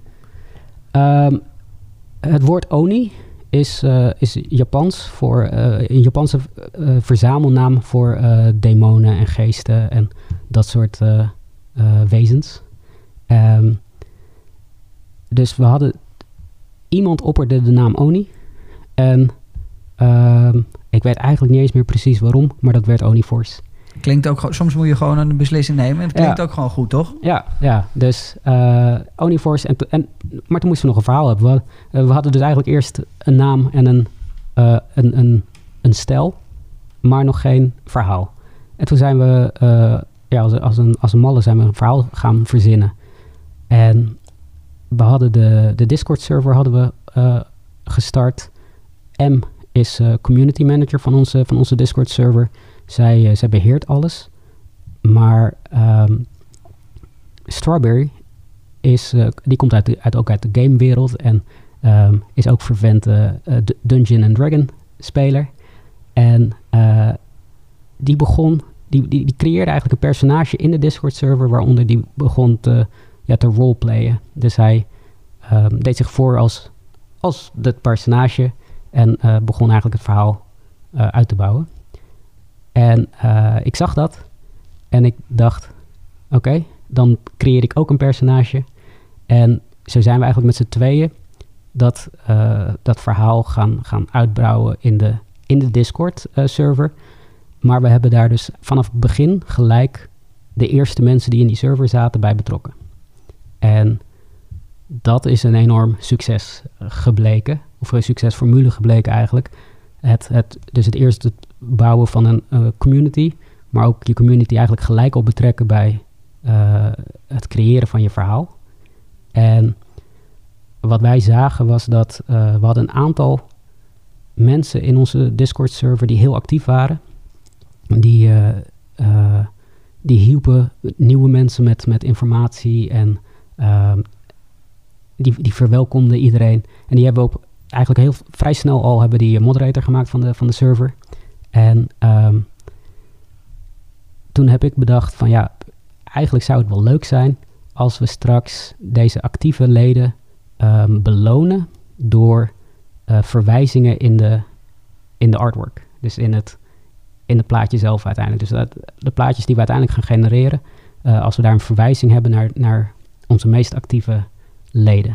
Het woord Oni is Japans voor een Japanse verzamelnaam voor demonen en geesten en dat soort wezens. Dus we hadden... Iemand opperde de naam Oni. En ik weet eigenlijk niet eens meer precies waarom, maar dat werd OniForce. Klinkt ook, soms moet je gewoon een beslissing nemen. En het klinkt ook gewoon goed, toch? Ja. Dus OniForce. Maar toen moesten we nog een verhaal hebben. We hadden dus eigenlijk eerst een naam en een stijl, maar nog geen verhaal. En toen zijn we, als een malle zijn we een verhaal gaan verzinnen. En we hadden de Discord-server hadden we gestart. M is community manager van onze Discord-server. Zij beheert alles. Maar Strawberry die komt ook uit de gamewereld en is ook vervent Dungeon and Dragon speler. En die creëerde eigenlijk een personage in de Discord-server waaronder die begon te roleplayen. Dus hij deed zich voor als dat personage en begon eigenlijk het verhaal uit te bouwen. En ik zag dat en ik dacht, oké, dan creëer ik ook een personage. En zo zijn we eigenlijk met z'n tweeën dat verhaal gaan uitbouwen in de Discord-server. Maar we hebben daar dus vanaf het begin gelijk de eerste mensen die in die server zaten bij betrokken. En dat is een enorm succes gebleken, of een succesformule gebleken eigenlijk. Dus het eerste bouwen van een community, maar ook je community eigenlijk gelijk op betrekken bij het creëren van je verhaal. En wat wij zagen was dat we hadden een aantal mensen in onze Discord-server die heel actief waren. Die hielpen nieuwe mensen met informatie en die verwelkomden iedereen. En die hebben ook eigenlijk vrij snel al hebben die moderator gemaakt van de server. En toen heb ik bedacht van ja, eigenlijk zou het wel leuk zijn als we straks deze actieve leden belonen door verwijzingen in de artwork. Dus in het plaatje zelf uiteindelijk. Dus de plaatjes die we uiteindelijk gaan genereren, als we daar een verwijzing hebben naar onze meest actieve leden.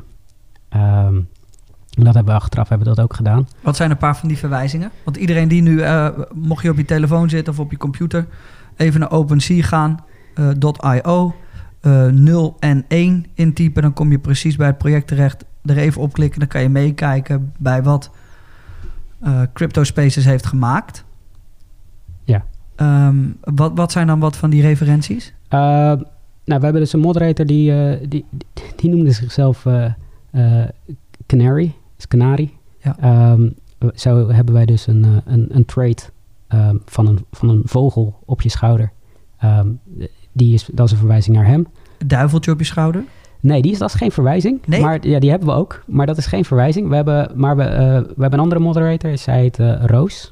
Dat hebben we achteraf dat ook gedaan. Wat zijn een paar van die verwijzingen? Want iedereen die nu, mocht je op je telefoon zitten of op je computer, even naar OpenSea gaan, .io, 0 en 1 intypen, dan kom je precies bij het project terecht. Er even op klikken, dan kan je meekijken bij wat CryptoSpaces heeft gemaakt. Ja. Wat zijn dan wat van die referenties? We hebben dus een moderator die noemde zichzelf Canary. Is Canary. Ja. Zo hebben wij dus een trait van een vogel op je schouder. Dat is een verwijzing naar hem. Duiveltje op je schouder? Nee, dat is geen verwijzing. Nee? Maar ja, die hebben we ook. Maar dat is geen verwijzing. We hebben een andere moderator. Zij heet Roos.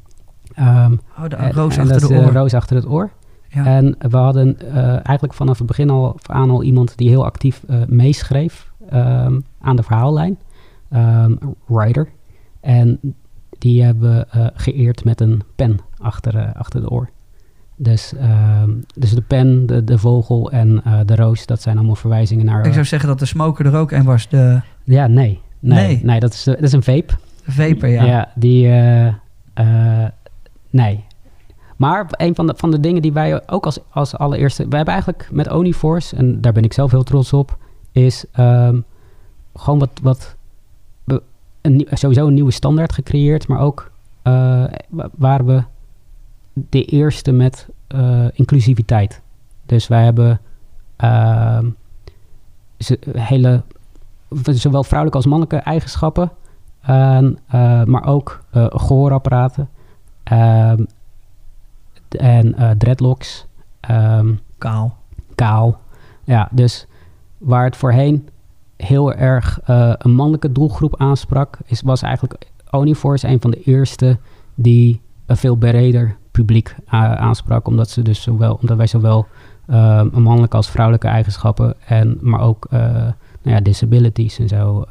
Roos achter de oor. Roos achter het oor. Ja. En we hadden eigenlijk vanaf het begin al iemand die heel actief meeschreef aan de verhaallijn. Ryder. En die hebben we geëerd met een pen achter de oor. Dus de pen, de vogel en de roos, dat zijn allemaal verwijzingen naar... Ik zou zeggen dat de smoker er ook een was. Ja, nee, dat is een vape. De vapor, ja. Ja, die... nee. Maar een van de dingen die wij ook als allereerste... We hebben eigenlijk met Oniforce, en daar ben ik zelf heel trots op, is gewoon sowieso een nieuwe standaard gecreëerd, maar ook waren we de eerste met inclusiviteit. Dus wij hebben zowel vrouwelijke als mannelijke eigenschappen, maar ook gehoorapparaten en dreadlocks. Kaal. Ja, dus waar het voorheen heel erg een mannelijke doelgroep aansprak, was eigenlijk Oniforce een van de eerste die een veel breder publiek aansprak, omdat wij zowel een mannelijke als vrouwelijke eigenschappen maar ook disabilities en zo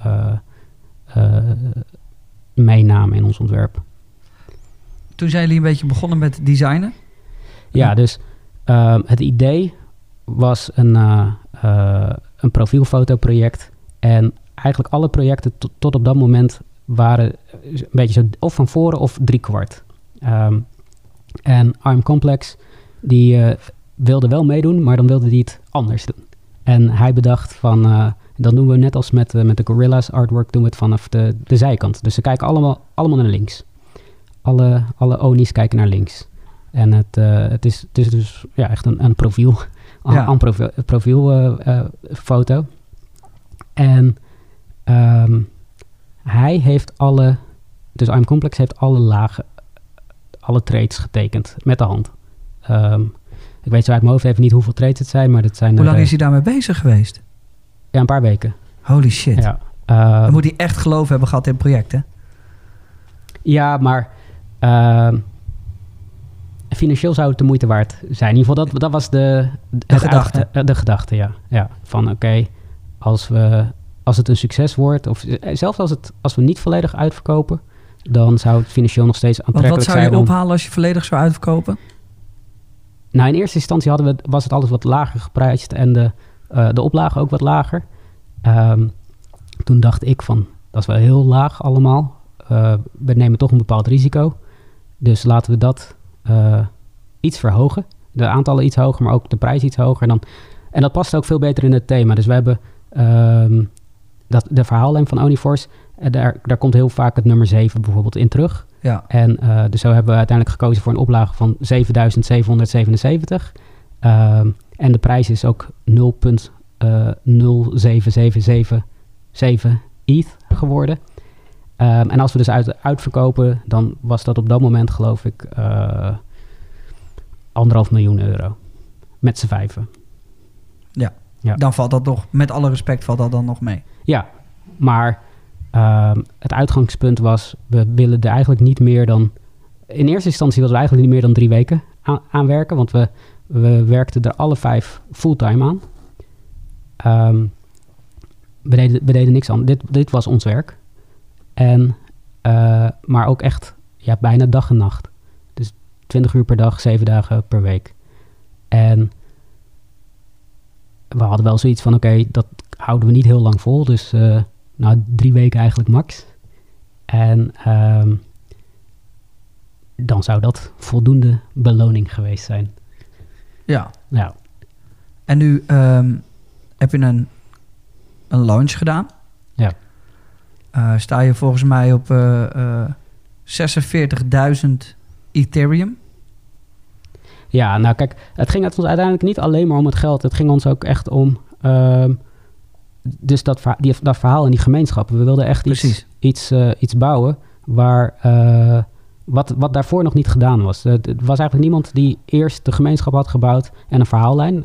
meenamen in ons ontwerp. Toen zijn jullie een beetje begonnen met designen? Ja, dus het idee was een profielfotoproject. En eigenlijk alle projecten tot op dat moment waren een beetje zo of van voren of 3/4. En Arm Complex, die wilde wel meedoen, maar dan wilde hij het anders doen. En hij bedacht van, dan doen we net als met de Gorillas artwork, doen we het vanaf de zijkant. Dus ze kijken allemaal naar links. Alle Oni's kijken naar links. En het is dus ja, echt een profiel. Een profielfoto. En hij heeft dus Arm Complex heeft alle lagen, alle traits getekend met de hand. Ik weet zo uit mijn hoofd even niet hoeveel traits het zijn, maar dat zijn... Hoe lang is hij daarmee bezig geweest? Ja, een paar weken. Holy shit. Ja, dan moet hij echt geloof hebben gehad in het project, hè? Ja, maar financieel zou het de moeite waard zijn. In ieder geval, dat was de gedachte. De gedachte, ja. Van oké, als het een succes wordt, of zelfs als we niet volledig uitverkopen, dan zou het financieel nog steeds aantrekkelijk zijn. Wat zou je ophalen als je volledig zou uitverkopen? Nou, in eerste instantie was het alles wat lager geprijsd en de oplage ook wat lager. Toen dacht ik van, dat is wel heel laag allemaal. We nemen toch een bepaald risico. Dus laten we dat iets verhogen. De aantallen iets hoger, maar ook de prijs iets hoger. En dat past ook veel beter in het thema. Dus we hebben de verhaallijn van Oniforce. Daar komt heel vaak het nummer 7 bijvoorbeeld in terug. Ja. En dus zo hebben we uiteindelijk gekozen voor een oplage van 7.777. En de prijs is ook 0.07777 ETH geworden. En als we dus uitverkopen, dan was dat op dat moment geloof ik €1,5 miljoen. Met z'n vijven. Ja. Ja, dan valt dat nog, met alle respect, valt dat dan nog mee. Ja, maar het uitgangspunt was, we willen er eigenlijk niet meer dan... In eerste instantie wilden we eigenlijk niet meer dan 3 weken aan werken, want we werkten er alle 5 fulltime aan. We deden niks aan. Dit was ons werk. Maar ook echt bijna dag en nacht. Dus 20 uur per dag, 7 dagen per week. En we hadden wel zoiets van, oké, dat houden we niet heel lang vol. Dus 3 weken eigenlijk max. En dan zou dat voldoende beloning geweest zijn. Ja. Ja. En nu heb je een launch gedaan. Ja. Sta je volgens mij op 46.000 Ethereum. Ja, nou kijk, het ging ons uiteindelijk niet alleen maar om het geld. Het ging ons ook echt om dus dat verhaal en die gemeenschap. We wilden echt iets bouwen waar wat daarvoor nog niet gedaan was. Er was eigenlijk niemand die eerst de gemeenschap had gebouwd en een verhaallijn.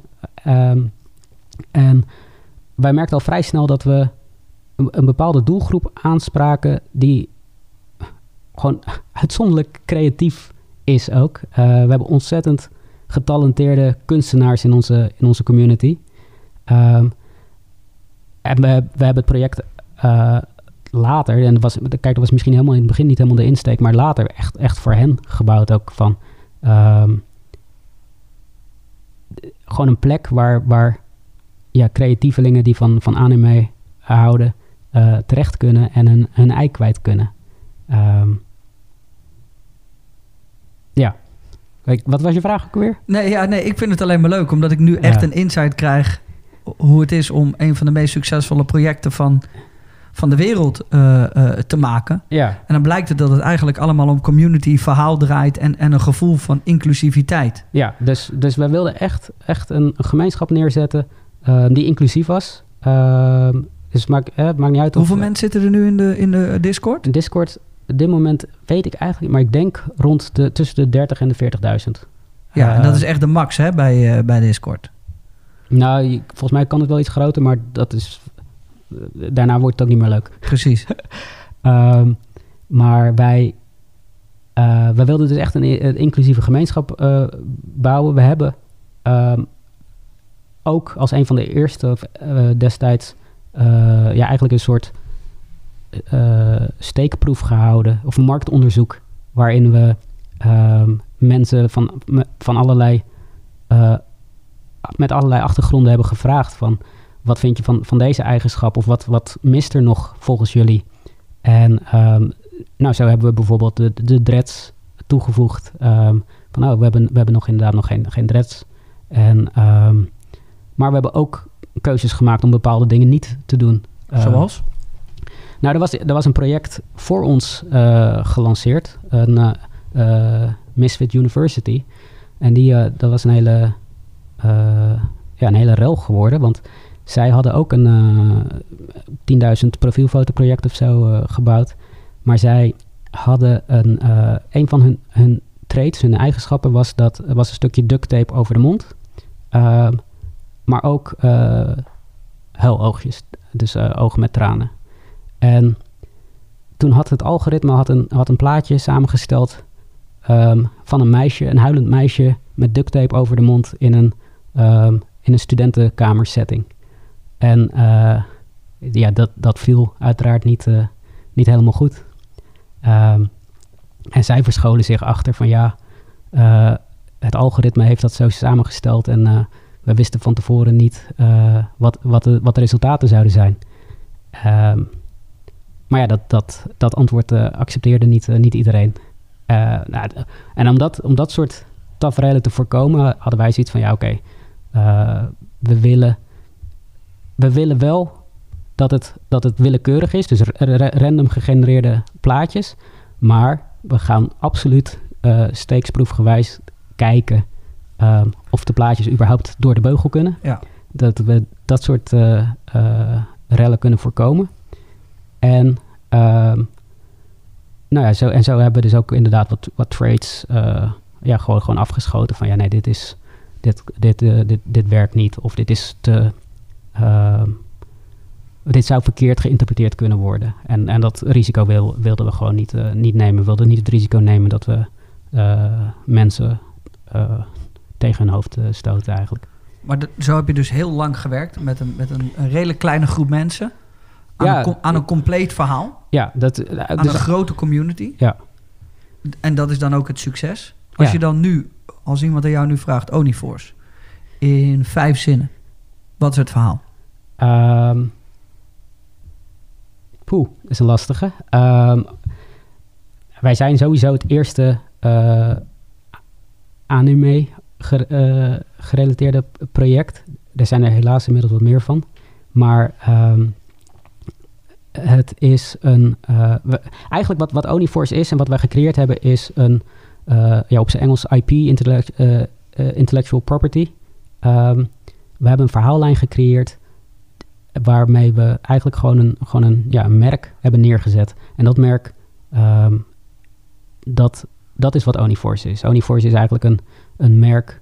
En wij merkten al vrij snel dat we een bepaalde doelgroep aanspraken die gewoon uitzonderlijk creatief is ook. We hebben ontzettend getalenteerde kunstenaars in onze community. En we hebben het project later, en dat was misschien helemaal in het begin niet helemaal de insteek, maar later echt voor hen gebouwd ook van gewoon een plek waar creatievelingen die van anime houden terecht kunnen en hun ei kwijt kunnen. Ja. Wat was je vraag ook weer? Nee, ik vind het alleen maar leuk, omdat ik nu echt een insight krijg hoe het is om een van de meest succesvolle projecten van de wereld te maken. Ja. En dan blijkt het dat het eigenlijk allemaal om community, verhaal draait en een gevoel van inclusiviteit. Ja, dus wij wilden echt een gemeenschap neerzetten die inclusief was. Dus het maakt niet uit. Hoeveel mensen zitten er nu in de Discord? In Discord, op dit moment weet ik eigenlijk, maar ik denk tussen de 30.000 en de 40.000. Ja, en dat is echt de max hè, bij Discord. Nou, volgens mij kan het wel iets groter, maar daarna wordt het ook niet meer leuk. Precies. Maar wij wilden dus echt een inclusieve gemeenschap bouwen. We hebben ook als een van de eerste destijds eigenlijk een soort steekproef gehouden of een marktonderzoek waarin we mensen van allerlei met allerlei achtergronden hebben gevraagd van wat vind je van deze eigenschap of wat mist er nog volgens jullie? En zo hebben we bijvoorbeeld de dreads toegevoegd. We hebben nog geen dreads. Maar we hebben ook keuzes gemaakt om bepaalde dingen niet te doen. Zoals? Nou, er was een project voor ons gelanceerd. Misfit University. En dat was een hele rel geworden. Want zij hadden ook een 10.000 profielfotoproject of zo gebouwd. Maar zij hadden een van hun traits, hun eigenschappen was een stukje duct tape over de mond. Maar ook huiloogjes. Dus ogen met tranen. En toen had het algoritme had een plaatje samengesteld van een meisje, een huilend meisje met duct tape over de mond in een studentenkamersetting. En dat viel uiteraard niet helemaal goed. En zij verscholen zich achter van het algoritme heeft dat zo samengesteld en we wisten van tevoren niet wat de resultaten zouden zijn. Maar dat antwoord accepteerde niet iedereen. En om dat soort taferelen te voorkomen, hadden wij zoiets van we willen wel dat het willekeurig is, dus random gegenereerde plaatjes, maar we gaan absoluut steeksproefgewijs kijken of de plaatjes überhaupt door de beugel kunnen. Ja. Dat we dat soort rellen kunnen voorkomen. En zo hebben we dus ook inderdaad wat trades gewoon afgeschoten van dit werkt niet of dit is te dit zou verkeerd geïnterpreteerd kunnen worden. En dat risico wilden we gewoon niet nemen. We wilden niet het risico nemen dat we mensen tegen hun hoofd stoten eigenlijk. Maar zo heb je dus heel lang gewerkt met een redelijk kleine groep mensen aan een compleet verhaal. Ja, aan een grote community. Ja. En dat is dan ook het succes. Als je dan nu, als iemand aan jou nu vraagt, Oniforce, in 5 zinnen. Wat is het verhaal? Dat is een lastige. Wij zijn sowieso het eerste anime gerelateerde project. Er zijn er helaas inmiddels wat meer van. Maar het is eigenlijk wat Oniforce is en wat wij gecreëerd hebben is een, op zijn Engels IP, intellectual property. We hebben een verhaallijn gecreëerd waarmee we eigenlijk gewoon een merk hebben neergezet. En dat merk, dat is wat Oniforce is. Oniforce is eigenlijk een merk,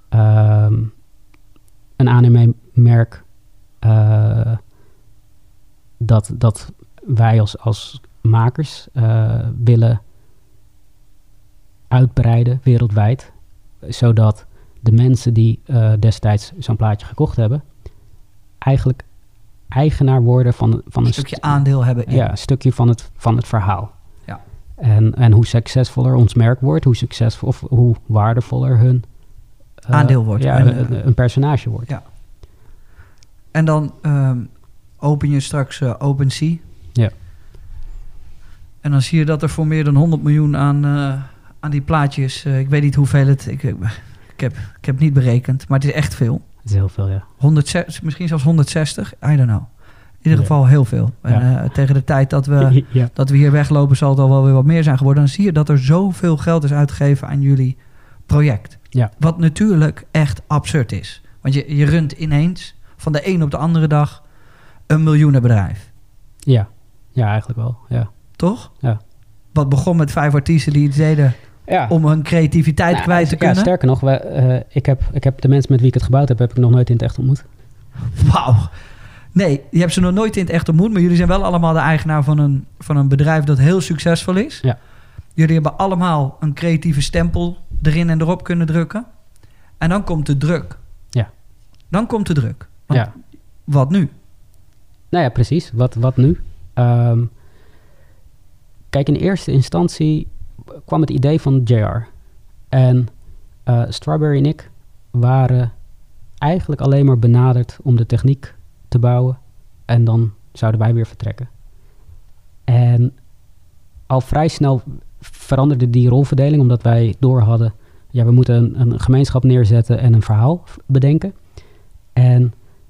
een anime-merk dat wij als makers willen uitbreiden wereldwijd. Zodat de mensen die destijds zo'n plaatje gekocht hebben, eigenlijk eigenaar worden van een stukje aandeel hebben. Ja, een stukje van het verhaal. Ja. En hoe succesvoller ons merk wordt, hoe waardevoller hun aandeel wordt. Ja, een personage wordt. Ja. En dan open je straks OpenSea. Ja. En dan zie je dat er voor meer dan 100 miljoen aan die plaatjes, ik weet niet hoeveel het, ik heb niet berekend, maar het is echt veel. Het is heel veel, ja. 106, misschien zelfs 160, I don't know. In ieder geval heel veel. En tegen de tijd dat we hier weglopen zal het al wel weer wat meer zijn geworden. Dan zie je dat er zoveel geld is uitgegeven aan jullie project. Ja. Wat natuurlijk echt absurd is. Want je runt ineens van de een op de andere dag een miljoenenbedrijf. Ja, eigenlijk wel, ja. Toch? Ja. Wat begon met 5 artiesten die iets deden om hun creativiteit kwijt te kunnen. Sterker nog, ik heb de mensen met wie ik het gebouwd heb ik nog nooit in het echt ontmoet. Wauw. Nee, je hebt ze nog nooit in het echt ontmoet, maar jullie zijn wel allemaal de eigenaar van een bedrijf dat heel succesvol is. Ja. Jullie hebben allemaal een creatieve stempel erin en erop kunnen drukken. En dan komt de druk. Ja. Dan komt de druk. Want wat nu? Nou ja, precies. Wat nu? Kijk, in eerste instantie kwam het idee van JR. En Strawberry en ik waren eigenlijk alleen maar benaderd om de techniek te bouwen. En dan zouden wij weer vertrekken. En al vrij snel veranderde die rolverdeling, omdat wij door hadden, we moeten een gemeenschap neerzetten en een verhaal bedenken. En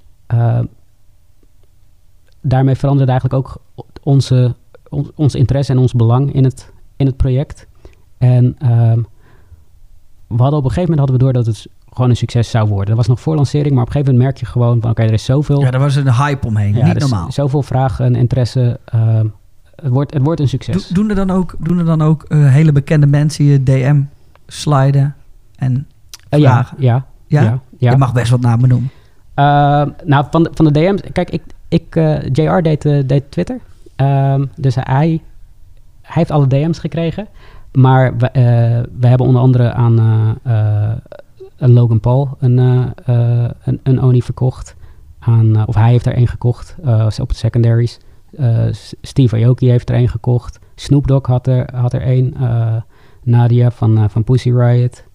daarmee veranderde eigenlijk ook ons interesse en ons belang in het project. En op een gegeven moment hadden we door dat het gewoon een succes zou worden. Dat was nog voor lancering, maar op een gegeven moment merk je gewoon van er is zoveel. Ja, er was een hype omheen, niet normaal. Zoveel vragen en interesse. Het wordt een succes. Doen er dan ook hele bekende mensen je DM sliden en vragen? Ja. Je mag best wat namen noemen. Nou, van de DM's. Kijk, JR deed Twitter. Dus hij heeft alle DM's gekregen. Maar we hebben onder andere aan Logan Paul een Oni verkocht. Of hij heeft er één gekocht op de secondaries. Steve Aoki heeft er één gekocht. Snoop Dogg had er één. Nadia van Pussy Riot.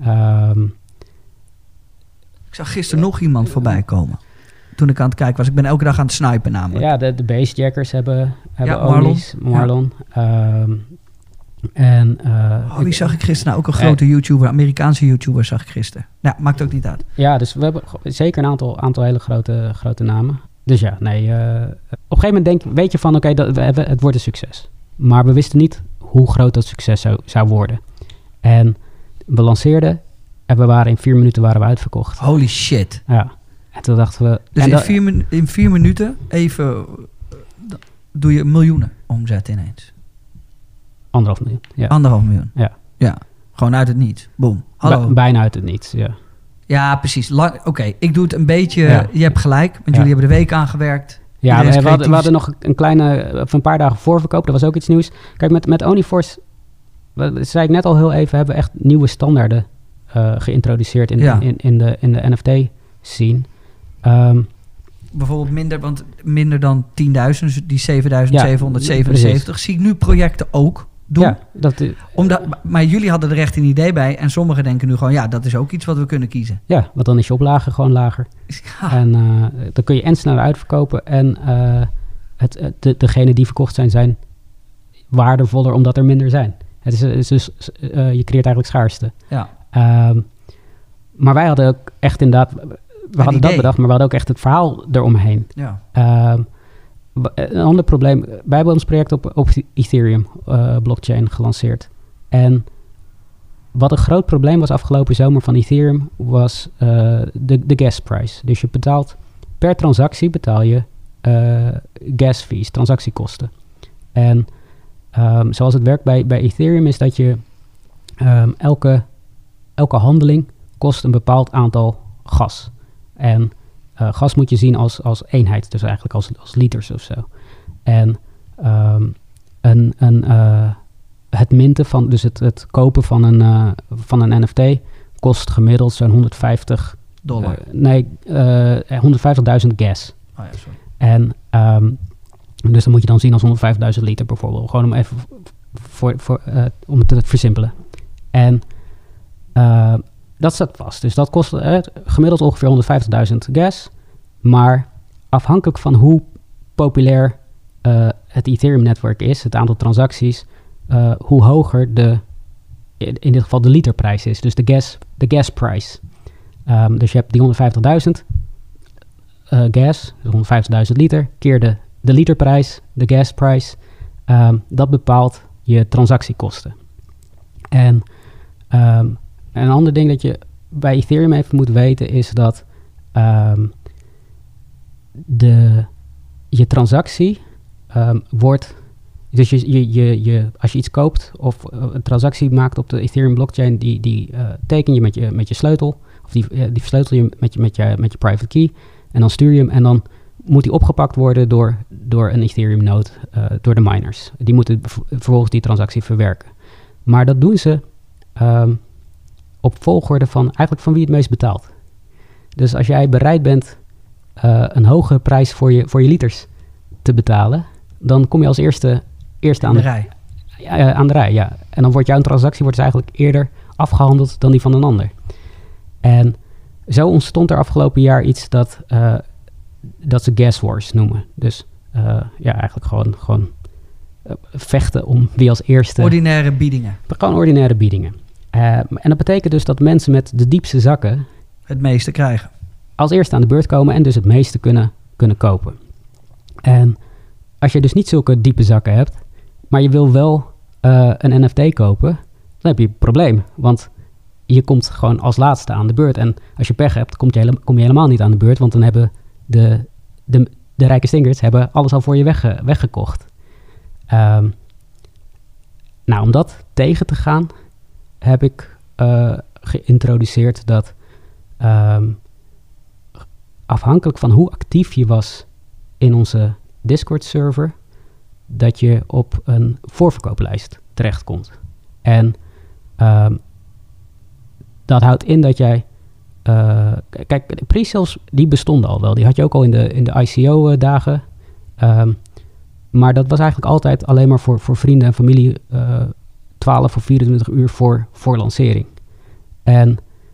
Ik zag gisteren nog iemand voorbij komen. Toen ik aan het kijken was. Ik ben elke dag aan het snipen namelijk. Ja, de Bassjackers hebben Marlon. Die zag ik gisteren. Nou, ook een grote YouTuber. Amerikaanse YouTuber zag ik gisteren. Nou, maakt ook niet uit. Ja, dus we hebben zeker een aantal hele grote namen. Dus ja, nee. Op een gegeven moment weet je van het wordt een succes. Maar we wisten niet hoe groot dat succes zou worden. En we lanceerden en we waren in 4 minuten uitverkocht. Holy shit. Ja. En toen dachten we... Dus in 4 minuten even doe je miljoenen omzet ineens. 1,5 miljoen. Ja. 1,5 miljoen. Ja. Gewoon uit het niets. Boom. Hallo. Bijna uit het niets, ja. Ja, precies. Oké, ik doe het een beetje... Ja. Je hebt gelijk, want jullie hebben de week aangewerkt. Ja, we hadden nog een paar dagen voorverkoop. Dat was ook iets nieuws. Kijk, met Oniforce, dat zei ik net al heel even, hebben we echt nieuwe standaarden geïntroduceerd in de NFT-scene. Bijvoorbeeld minder dan 10.000, dus die 7.777. Zie ik nu projecten ook doen. Ja, Maar jullie hadden er echt een idee bij. En sommigen denken nu gewoon, ja, dat is ook iets wat we kunnen kiezen. Ja, want dan is je oplage gewoon lager. Ja. En dan kun je en sneller uitverkopen. En degenen die verkocht zijn waardevoller omdat er minder zijn. Het is dus, je creëert eigenlijk schaarste. Ja. Maar wij hadden ook echt inderdaad... We hadden dat bedacht, maar we hadden ook echt het verhaal eromheen. Ja. Een ander probleem... Wij hebben ons project op Ethereum blockchain gelanceerd. Wat een groot probleem was afgelopen zomer van Ethereum... was de gas price. Dus je betaalt... Per transactie betaal je gas fees, transactiekosten. En zoals het werkt bij Ethereum... is dat je elke handeling kost een bepaald aantal gas. En gas moet je zien als eenheid, dus eigenlijk als liters of zo. En het minten van, dus het kopen van een NFT kost gemiddeld zo'n $150. $150.000 gas. Oh ja, sorry. En dus dan moet je dan zien als 105.000 liter bijvoorbeeld. Gewoon om even om het te versimpelen. En dat staat vast. Dus dat kost gemiddeld ongeveer 150.000 gas. Maar afhankelijk van hoe populair het Ethereum-netwerk is, het aantal transacties, hoe hoger in dit geval de literprijs is. Dus de gasprijs. Dus je hebt die 150.000 gas, dus 150.000 liter, keer de literprijs, de gasprijs. Dat bepaalt je transactiekosten. En een ander ding dat je bij Ethereum even moet weten is dat je transactie wordt... Dus als je iets koopt of een transactie maakt op de Ethereum blockchain, die teken je met je sleutel. Of die versleutel je met je private key. En dan stuur je hem en dan moet die opgepakt worden door een Ethereum node, door de miners. Die moeten vervolgens die transactie verwerken. Maar dat doen ze op volgorde van wie het meest betaalt. Dus als jij bereid bent een hogere prijs voor je liters te betalen, dan kom je als eerste aan de rij. Aan de rij, ja. En dan wordt jouw transactie dus eigenlijk eerder afgehandeld dan die van een ander. En zo ontstond er afgelopen jaar iets dat ze gas wars noemen. Dus eigenlijk gewoon vechten om wie als eerste... Ordinaire biedingen. Gewoon ordinaire biedingen. En dat betekent dus dat mensen met de diepste zakken het meeste krijgen. Als eerste aan de beurt komen en dus het meeste kunnen kopen. En als je dus niet zulke diepe zakken hebt, maar je wil wel een NFT kopen, dan heb je een probleem. Want je komt gewoon als laatste aan de beurt. En als je pech hebt, kom je helemaal niet aan de beurt, want dan hebben de rijke stinkers hebben alles al voor je weggekocht. Om dat tegen te gaan, heb ik geïntroduceerd dat afhankelijk van hoe actief je was in onze Discord-server, dat je op een voorverkooplijst terechtkomt. En dat houdt in dat jij... kijk, de pre-sales die bestonden al wel. Die had je ook al in de ICO-dagen. Maar dat was eigenlijk altijd alleen maar voor vrienden en familie 12 of 24 uur voor lancering. En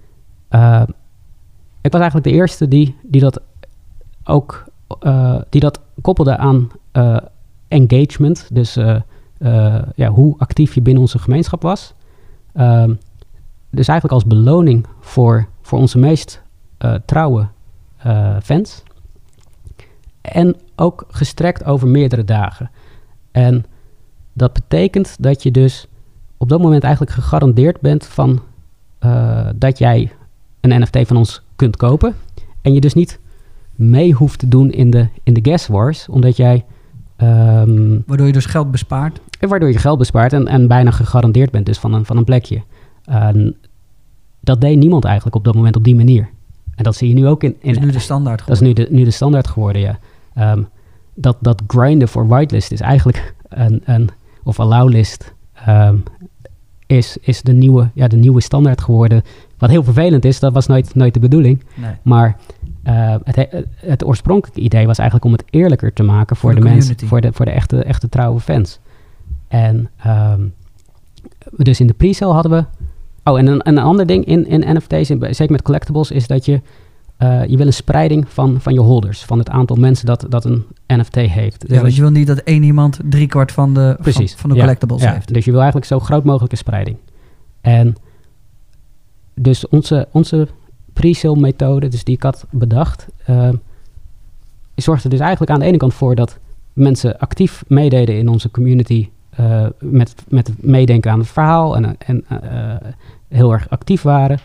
ik was eigenlijk de eerste die dat ook... die dat koppelde aan engagement. Dus hoe actief je binnen onze gemeenschap was. Dus eigenlijk als beloning voor onze meest trouwe fans. En ook gestrekt over meerdere dagen. En dat betekent dat je dus op dat moment eigenlijk gegarandeerd bent van dat jij een NFT van ons kunt kopen. En je dus niet mee hoeft te doen in de gas wars, omdat jij... waardoor je dus geld bespaart. Waardoor je geld bespaart en bijna gegarandeerd bent dus van een plekje. Dat deed niemand eigenlijk op dat moment op die manier. En dat zie je nu ook in... Dat is nu de standaard geworden. Dat is nu de standaard geworden, ja. Dat grinden voor whitelist is eigenlijk of allowlist is de nieuwe standaard geworden. Wat heel vervelend is, dat was nooit de bedoeling. Nee. Maar het oorspronkelijke idee was eigenlijk om het eerlijker te maken voor de mensen, voor de echte trouwe fans. En dus in de pre-sale hadden we... Oh, en een ander ding in NFT's, zeker met collectibles, is dat je wil een spreiding van je holders. Van het aantal mensen dat een NFT heeft. Ja, want je wil niet dat één iemand 3/4 van de collectibles heeft. Dus je wil eigenlijk zo groot mogelijke spreiding. En dus onze pre-sale methode, dus die ik had bedacht, zorgt er dus eigenlijk aan de ene kant voor dat mensen actief meededen in onze community met het meedenken aan het verhaal en heel erg actief waren.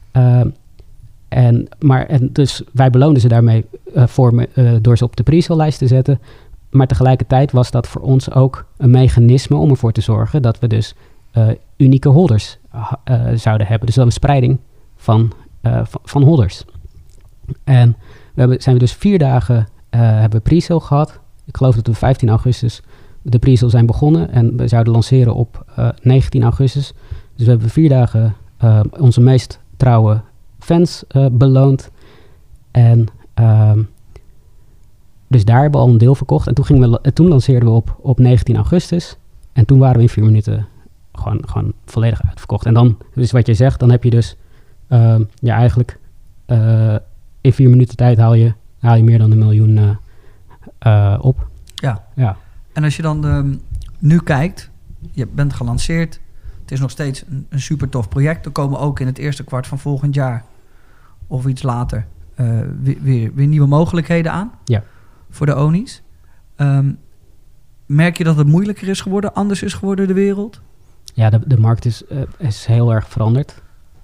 Dus wij beloonden ze daarmee door ze op de pre-sale lijst te zetten. Maar tegelijkertijd was dat voor ons ook een mechanisme om ervoor te zorgen dat we dus unieke holders zouden hebben. Dus dan een spreiding van holders. En zijn we dus 4 dagen hebben we pre-sale gehad. Ik geloof dat we 15 augustus de pre-sale zijn begonnen. En we zouden lanceren op 19 augustus. Dus we hebben 4 dagen onze meest trouwe fans beloond. En dus daar hebben we al een deel verkocht. En toen lanceerden we op 19 augustus. En toen waren we in 4 minuten gewoon volledig uitverkocht. En dan, dus wat je zegt, dan heb je dus eigenlijk in 4 minuten tijd haal je meer dan 1 miljoen op. Ja. En als je dan nu kijkt, je bent gelanceerd. Het is nog steeds een super tof project. Er komen ook in het eerste kwart van volgend jaar of iets later weer nieuwe mogelijkheden aan voor de Onies. Merk je dat het moeilijker is geworden, anders is geworden de wereld? Ja, de markt is heel erg veranderd.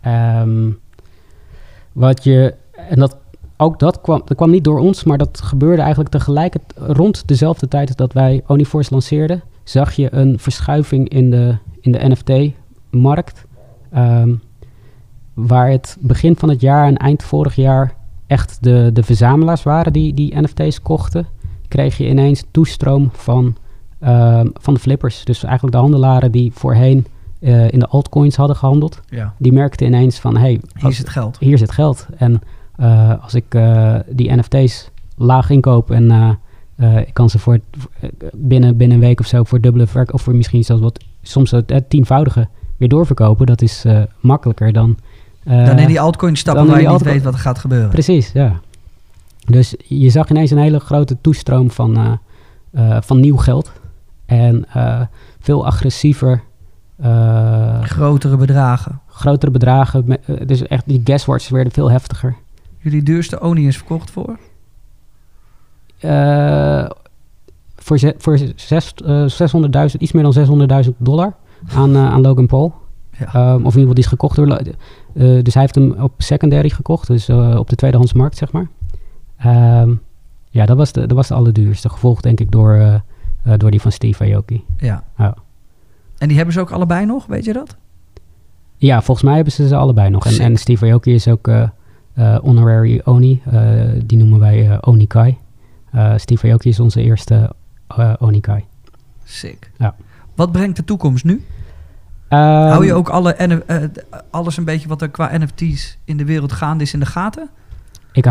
Dat kwam niet door ons, maar dat gebeurde eigenlijk tegelijkertijd rond dezelfde tijd dat wij Oniforce lanceerden. Zag je een verschuiving in de NFT-markt. Waar het begin van het jaar en eind vorig jaar echt de verzamelaars waren die NFT's kochten. Kreeg je ineens toestroom van de flippers. Dus eigenlijk de handelaren die voorheen in de altcoins hadden gehandeld. Ja. Die merkten ineens van, hier is het geld. En als ik die NFT's laag inkoop en ik kan ze voor binnen een week of zo voor dubbele verkoop, of voor misschien zelfs soms het 10-voudige weer doorverkopen. Dat is makkelijker dan in die altcoin stappen waar je niet weet wat er gaat gebeuren. Precies, ja. Dus je zag ineens een hele grote toestroom van nieuw geld. En veel agressiever. Grotere bedragen. Dus echt die guesswords werden veel heftiger. Jullie duurste Oni is verkocht voor? Voor 600.000, iets meer dan $600,000 aan Logan Paul. Ja. Of in ieder geval die is gekocht door... dus hij heeft hem op secondary gekocht. Dus op de tweedehandsmarkt, zeg maar. Dat was de allerduurste. Gevolgd denk ik door die van Steve Aoki. Ja. En die hebben ze ook allebei nog, weet je dat? Ja, volgens mij hebben ze allebei nog. En Steve Aoki is ook honorary Oni. Die noemen wij Onikai. Steve Aoki is onze eerste Onikai. Sick. Ja. Wat brengt de toekomst nu? Hou je ook alles een beetje wat er qua NFT's in de wereld gaande is in de gaten? Ik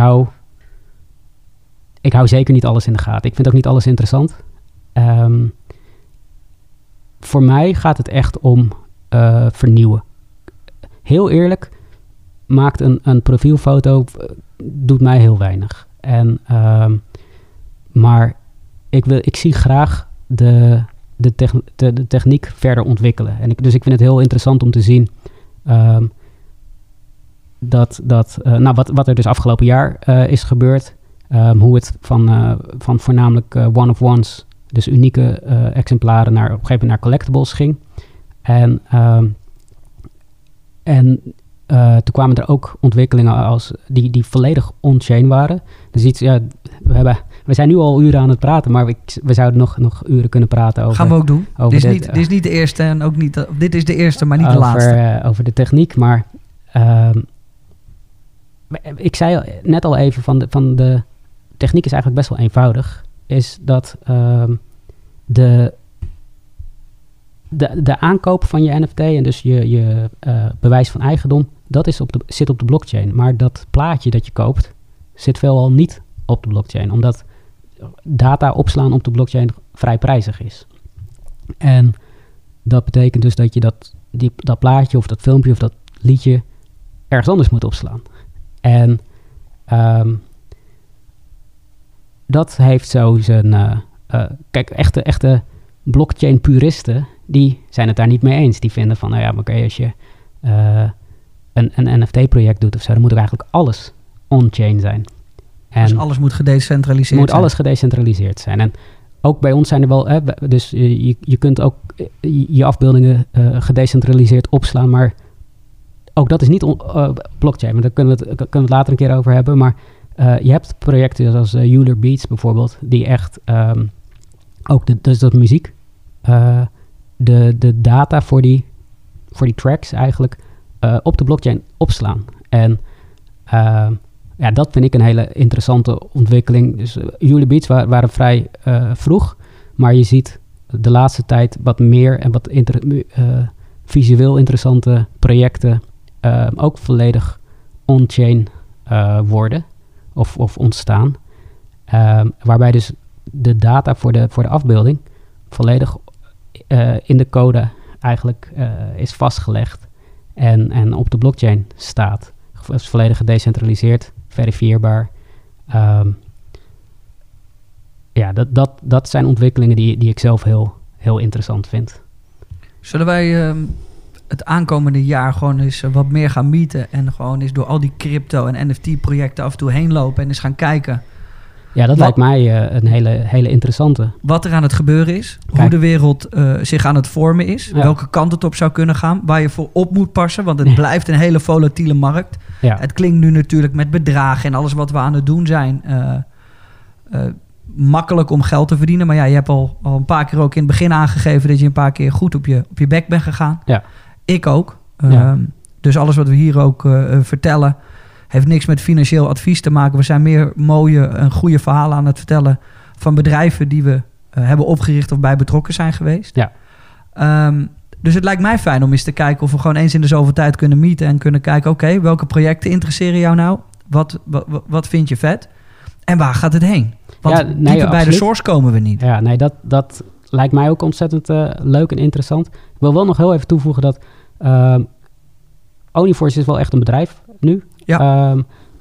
hou zeker niet alles in de gaten. Ik vind ook niet alles interessant. Voor mij gaat het echt om vernieuwen. Heel eerlijk, maakt een profielfoto doet mij heel weinig. Maar ik zie graag de techniek verder ontwikkelen. Dus ik vind het heel interessant om te zien wat er dus afgelopen jaar is gebeurd. Hoe het van voornamelijk one-of-ones, dus unieke exemplaren, op een gegeven moment naar collectibles ging. Toen kwamen er ook ontwikkelingen als die volledig on-chain waren. Dus we zijn nu al uren aan het praten, maar we zouden nog uren kunnen praten over... Gaan we ook doen. Dit is niet de eerste en ook niet... dit is de eerste, maar niet de laatste. Over de techniek, maar... ik zei net al even van de techniek is eigenlijk best wel eenvoudig. Is dat de aankoop van je NFT en dus je bewijs van eigendom, dat zit op de blockchain. Maar dat plaatje dat je koopt zit veelal niet op de blockchain. Omdat data opslaan op de blockchain vrij prijzig is. En dat betekent dus dat je dat plaatje of dat filmpje of dat liedje ergens anders moet opslaan. En dat heeft zo zijn... kijk, echte blockchain-puristen, die zijn het daar niet mee eens. Die vinden van, als je een NFT-project doet of zo, dan moet er eigenlijk alles on-chain zijn. En dus alles moet gedecentraliseerd zijn. Alles gedecentraliseerd zijn. En ook bij ons zijn er wel... dus je kunt ook je afbeeldingen gedecentraliseerd opslaan, maar ook dat is niet blockchain. Maar daar kunnen we het later een keer over hebben. Maar je hebt projecten zoals Euler Beats bijvoorbeeld, die echt ook dus dat muziek, de data voor die tracks eigenlijk op de blockchain opslaan. En dat vind ik een hele interessante ontwikkeling. Dus Euler Beats waren vrij vroeg, maar je ziet de laatste tijd wat meer en wat visueel interessante projecten ook volledig on-chain worden of ontstaan. Waarbij dus de data voor de afbeelding volledig in de code eigenlijk is vastgelegd en op de blockchain staat. Het is volledig gedecentraliseerd, verifieerbaar. Dat zijn ontwikkelingen die ik zelf heel, heel interessant vind. Zullen wij het aankomende jaar gewoon eens wat meer gaan meeten en gewoon eens door al die crypto en NFT-projecten af en toe heen lopen en eens gaan kijken? Ja, dat lijkt mij een hele interessante. Wat er aan het gebeuren is, hoe de wereld zich aan het vormen is, welke kant het op zou kunnen gaan, waar je voor op moet passen, want het blijft een hele volatiele markt. Ja. Het klinkt nu natuurlijk met bedragen en alles wat we aan het doen zijn makkelijk om geld te verdienen. Maar ja, je hebt al een paar keer ook in het begin aangegeven dat je een paar keer goed op je bek bent gegaan. Ja. Ik ook. Dus alles wat we hier ook vertellen heeft niks met financieel advies te maken. We zijn meer mooie en goede verhalen aan het vertellen van bedrijven die we hebben opgericht of bij betrokken zijn geweest. Ja. Dus het lijkt mij fijn om eens te kijken of we gewoon eens in de zoveel tijd kunnen meeten en kunnen kijken, oké, welke projecten interesseren jou nou? Wat vind je vet? En waar gaat het heen? Want dieper bij de source komen we niet. Ja, nee, dat lijkt mij ook ontzettend leuk en interessant. Ik wil wel nog heel even toevoegen dat Oniforce is wel echt een bedrijf nu. Ja.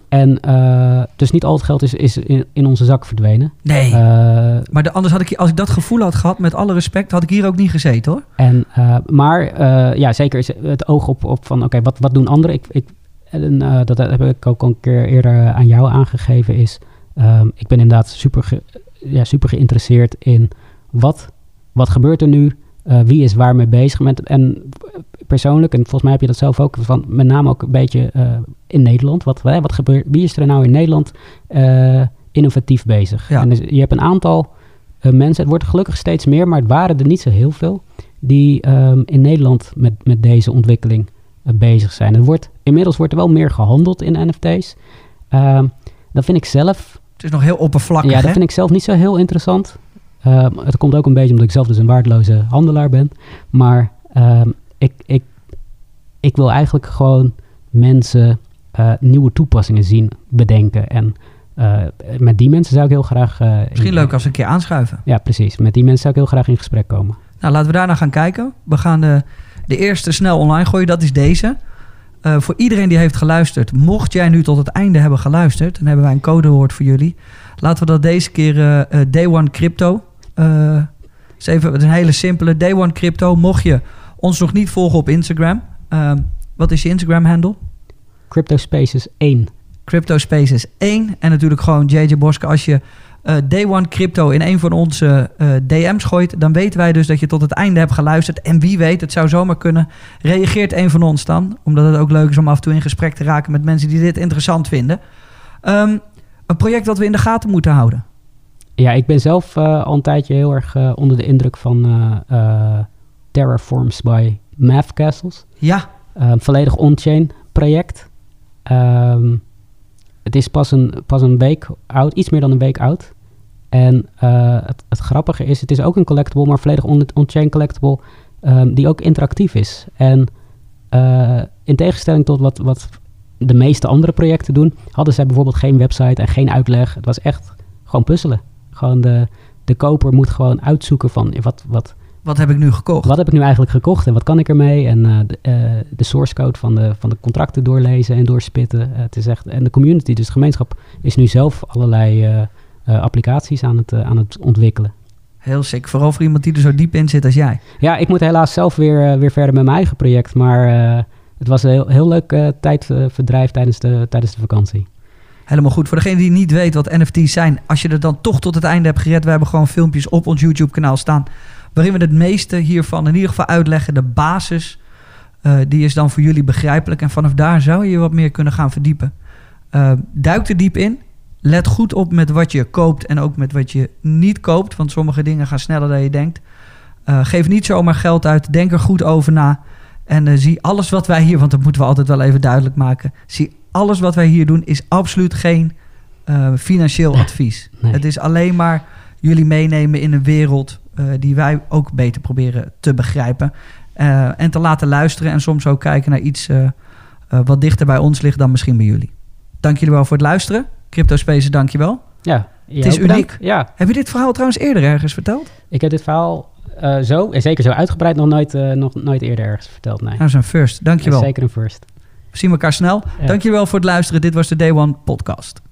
Dus niet al het geld is in onze zak verdwenen. Nee. Maar anders had ik, als ik dat gevoel had gehad, met alle respect, had ik hier ook niet gezeten, hoor. Maar zeker is het oog op van, oké, wat doen anderen? Dat heb ik ook al een keer eerder aan jou aangegeven, is ik ben inderdaad super geïnteresseerd in wat gebeurt er nu? Wie is waar mee bezig? En persoonlijk, en volgens mij heb je dat zelf ook, van met name ook een beetje in Nederland. Wat gebeurt? Wie is er nou in Nederland innovatief bezig? Ja. En dus je hebt een aantal mensen, het wordt gelukkig steeds meer, maar het waren er niet zo heel veel, die in Nederland met deze ontwikkeling bezig zijn. Inmiddels wordt er wel meer gehandeld in NFT's. Dat vind ik zelf... Het is nog heel oppervlakkig, Ja, dat vind ik zelf niet zo heel interessant. Het komt ook een beetje omdat ik zelf dus een waardeloze handelaar ben. Maar ik wil eigenlijk gewoon mensen nieuwe toepassingen zien, bedenken. En met die mensen zou ik heel graag... Misschien leuk als we een keer aanschuiven. Ja, precies. Met die mensen zou ik heel graag in gesprek komen. Nou, laten we daarna gaan kijken. We gaan de eerste snel online gooien. Dat is deze. Voor iedereen die heeft geluisterd, mocht jij nu tot het einde hebben geluisterd, dan hebben wij een codewoord voor jullie. Laten we dat deze keer Day One Crypto. Het is een hele simpele Day One Crypto. Mocht je ons nog niet volgen op Instagram, wat is je Instagram handle? CryptoSpaces 1. CryptoSpaces 1. En natuurlijk gewoon JJ Boske. Als je Day One Crypto in een van onze DM's gooit, dan weten wij dus dat je tot het einde hebt geluisterd. En wie weet, het zou zomaar kunnen, reageert een van ons dan. Omdat het ook leuk is om af en toe in gesprek te raken met mensen die dit interessant vinden. Een project dat we in de gaten moeten houden. Ja, ik ben zelf al een tijdje heel erg onder de indruk van Terraforms by Math Castles. Ja. Volledig on-chain project. Het is pas een week oud, iets meer dan een week oud. En het grappige is, het is ook een collectible, maar volledig on-chain collectible, die ook interactief is. En in tegenstelling tot wat de meeste andere projecten doen, hadden zij bijvoorbeeld geen website en geen uitleg. Het was echt gewoon puzzelen. Gewoon de koper moet gewoon uitzoeken van Wat heb ik nu gekocht? Wat heb ik nu eigenlijk gekocht en wat kan ik ermee? En de source code van de contracten doorlezen en doorspitten. Het is echt, en de community, dus de gemeenschap, is nu zelf allerlei applicaties aan het ontwikkelen. Heel sick. Vooral voor iemand die er zo diep in zit als jij. Ja, ik moet helaas zelf weer verder met mijn eigen project. Maar het was een heel leuk tijdverdrijf tijdens de vakantie. Helemaal goed. Voor degene die niet weet wat NFT's zijn, als je er dan toch tot het einde hebt gered, we hebben gewoon filmpjes op ons YouTube-kanaal staan, waarin we het meeste hiervan in ieder geval uitleggen. De basis, die is dan voor jullie begrijpelijk. En vanaf daar zou je wat meer kunnen gaan verdiepen. Duik er diep in. Let goed op met wat je koopt en ook met wat je niet koopt. Want sommige dingen gaan sneller dan je denkt. Geef niet zomaar geld uit. Denk er goed over na. En zie alles wat wij hier, want dat moeten we altijd wel even duidelijk maken. Zie alles wat wij hier doen is absoluut geen financieel advies. Nee. Het is alleen maar jullie meenemen in een wereld die wij ook beter proberen te begrijpen. En te laten luisteren en soms ook kijken naar iets wat dichter bij ons ligt dan misschien bij jullie. Dank jullie wel voor het luisteren. Crypto Spaces, dank je wel. Ja, het is uniek. Ja. Heb je dit verhaal trouwens eerder ergens verteld? Ik heb dit verhaal zo, en zeker zo uitgebreid, nog nooit eerder ergens verteld. Nee. Dat is een first. Dank je wel. Zeker een first. We zien elkaar snel. Ja. Dank je wel voor het luisteren. Dit was de Day One Podcast.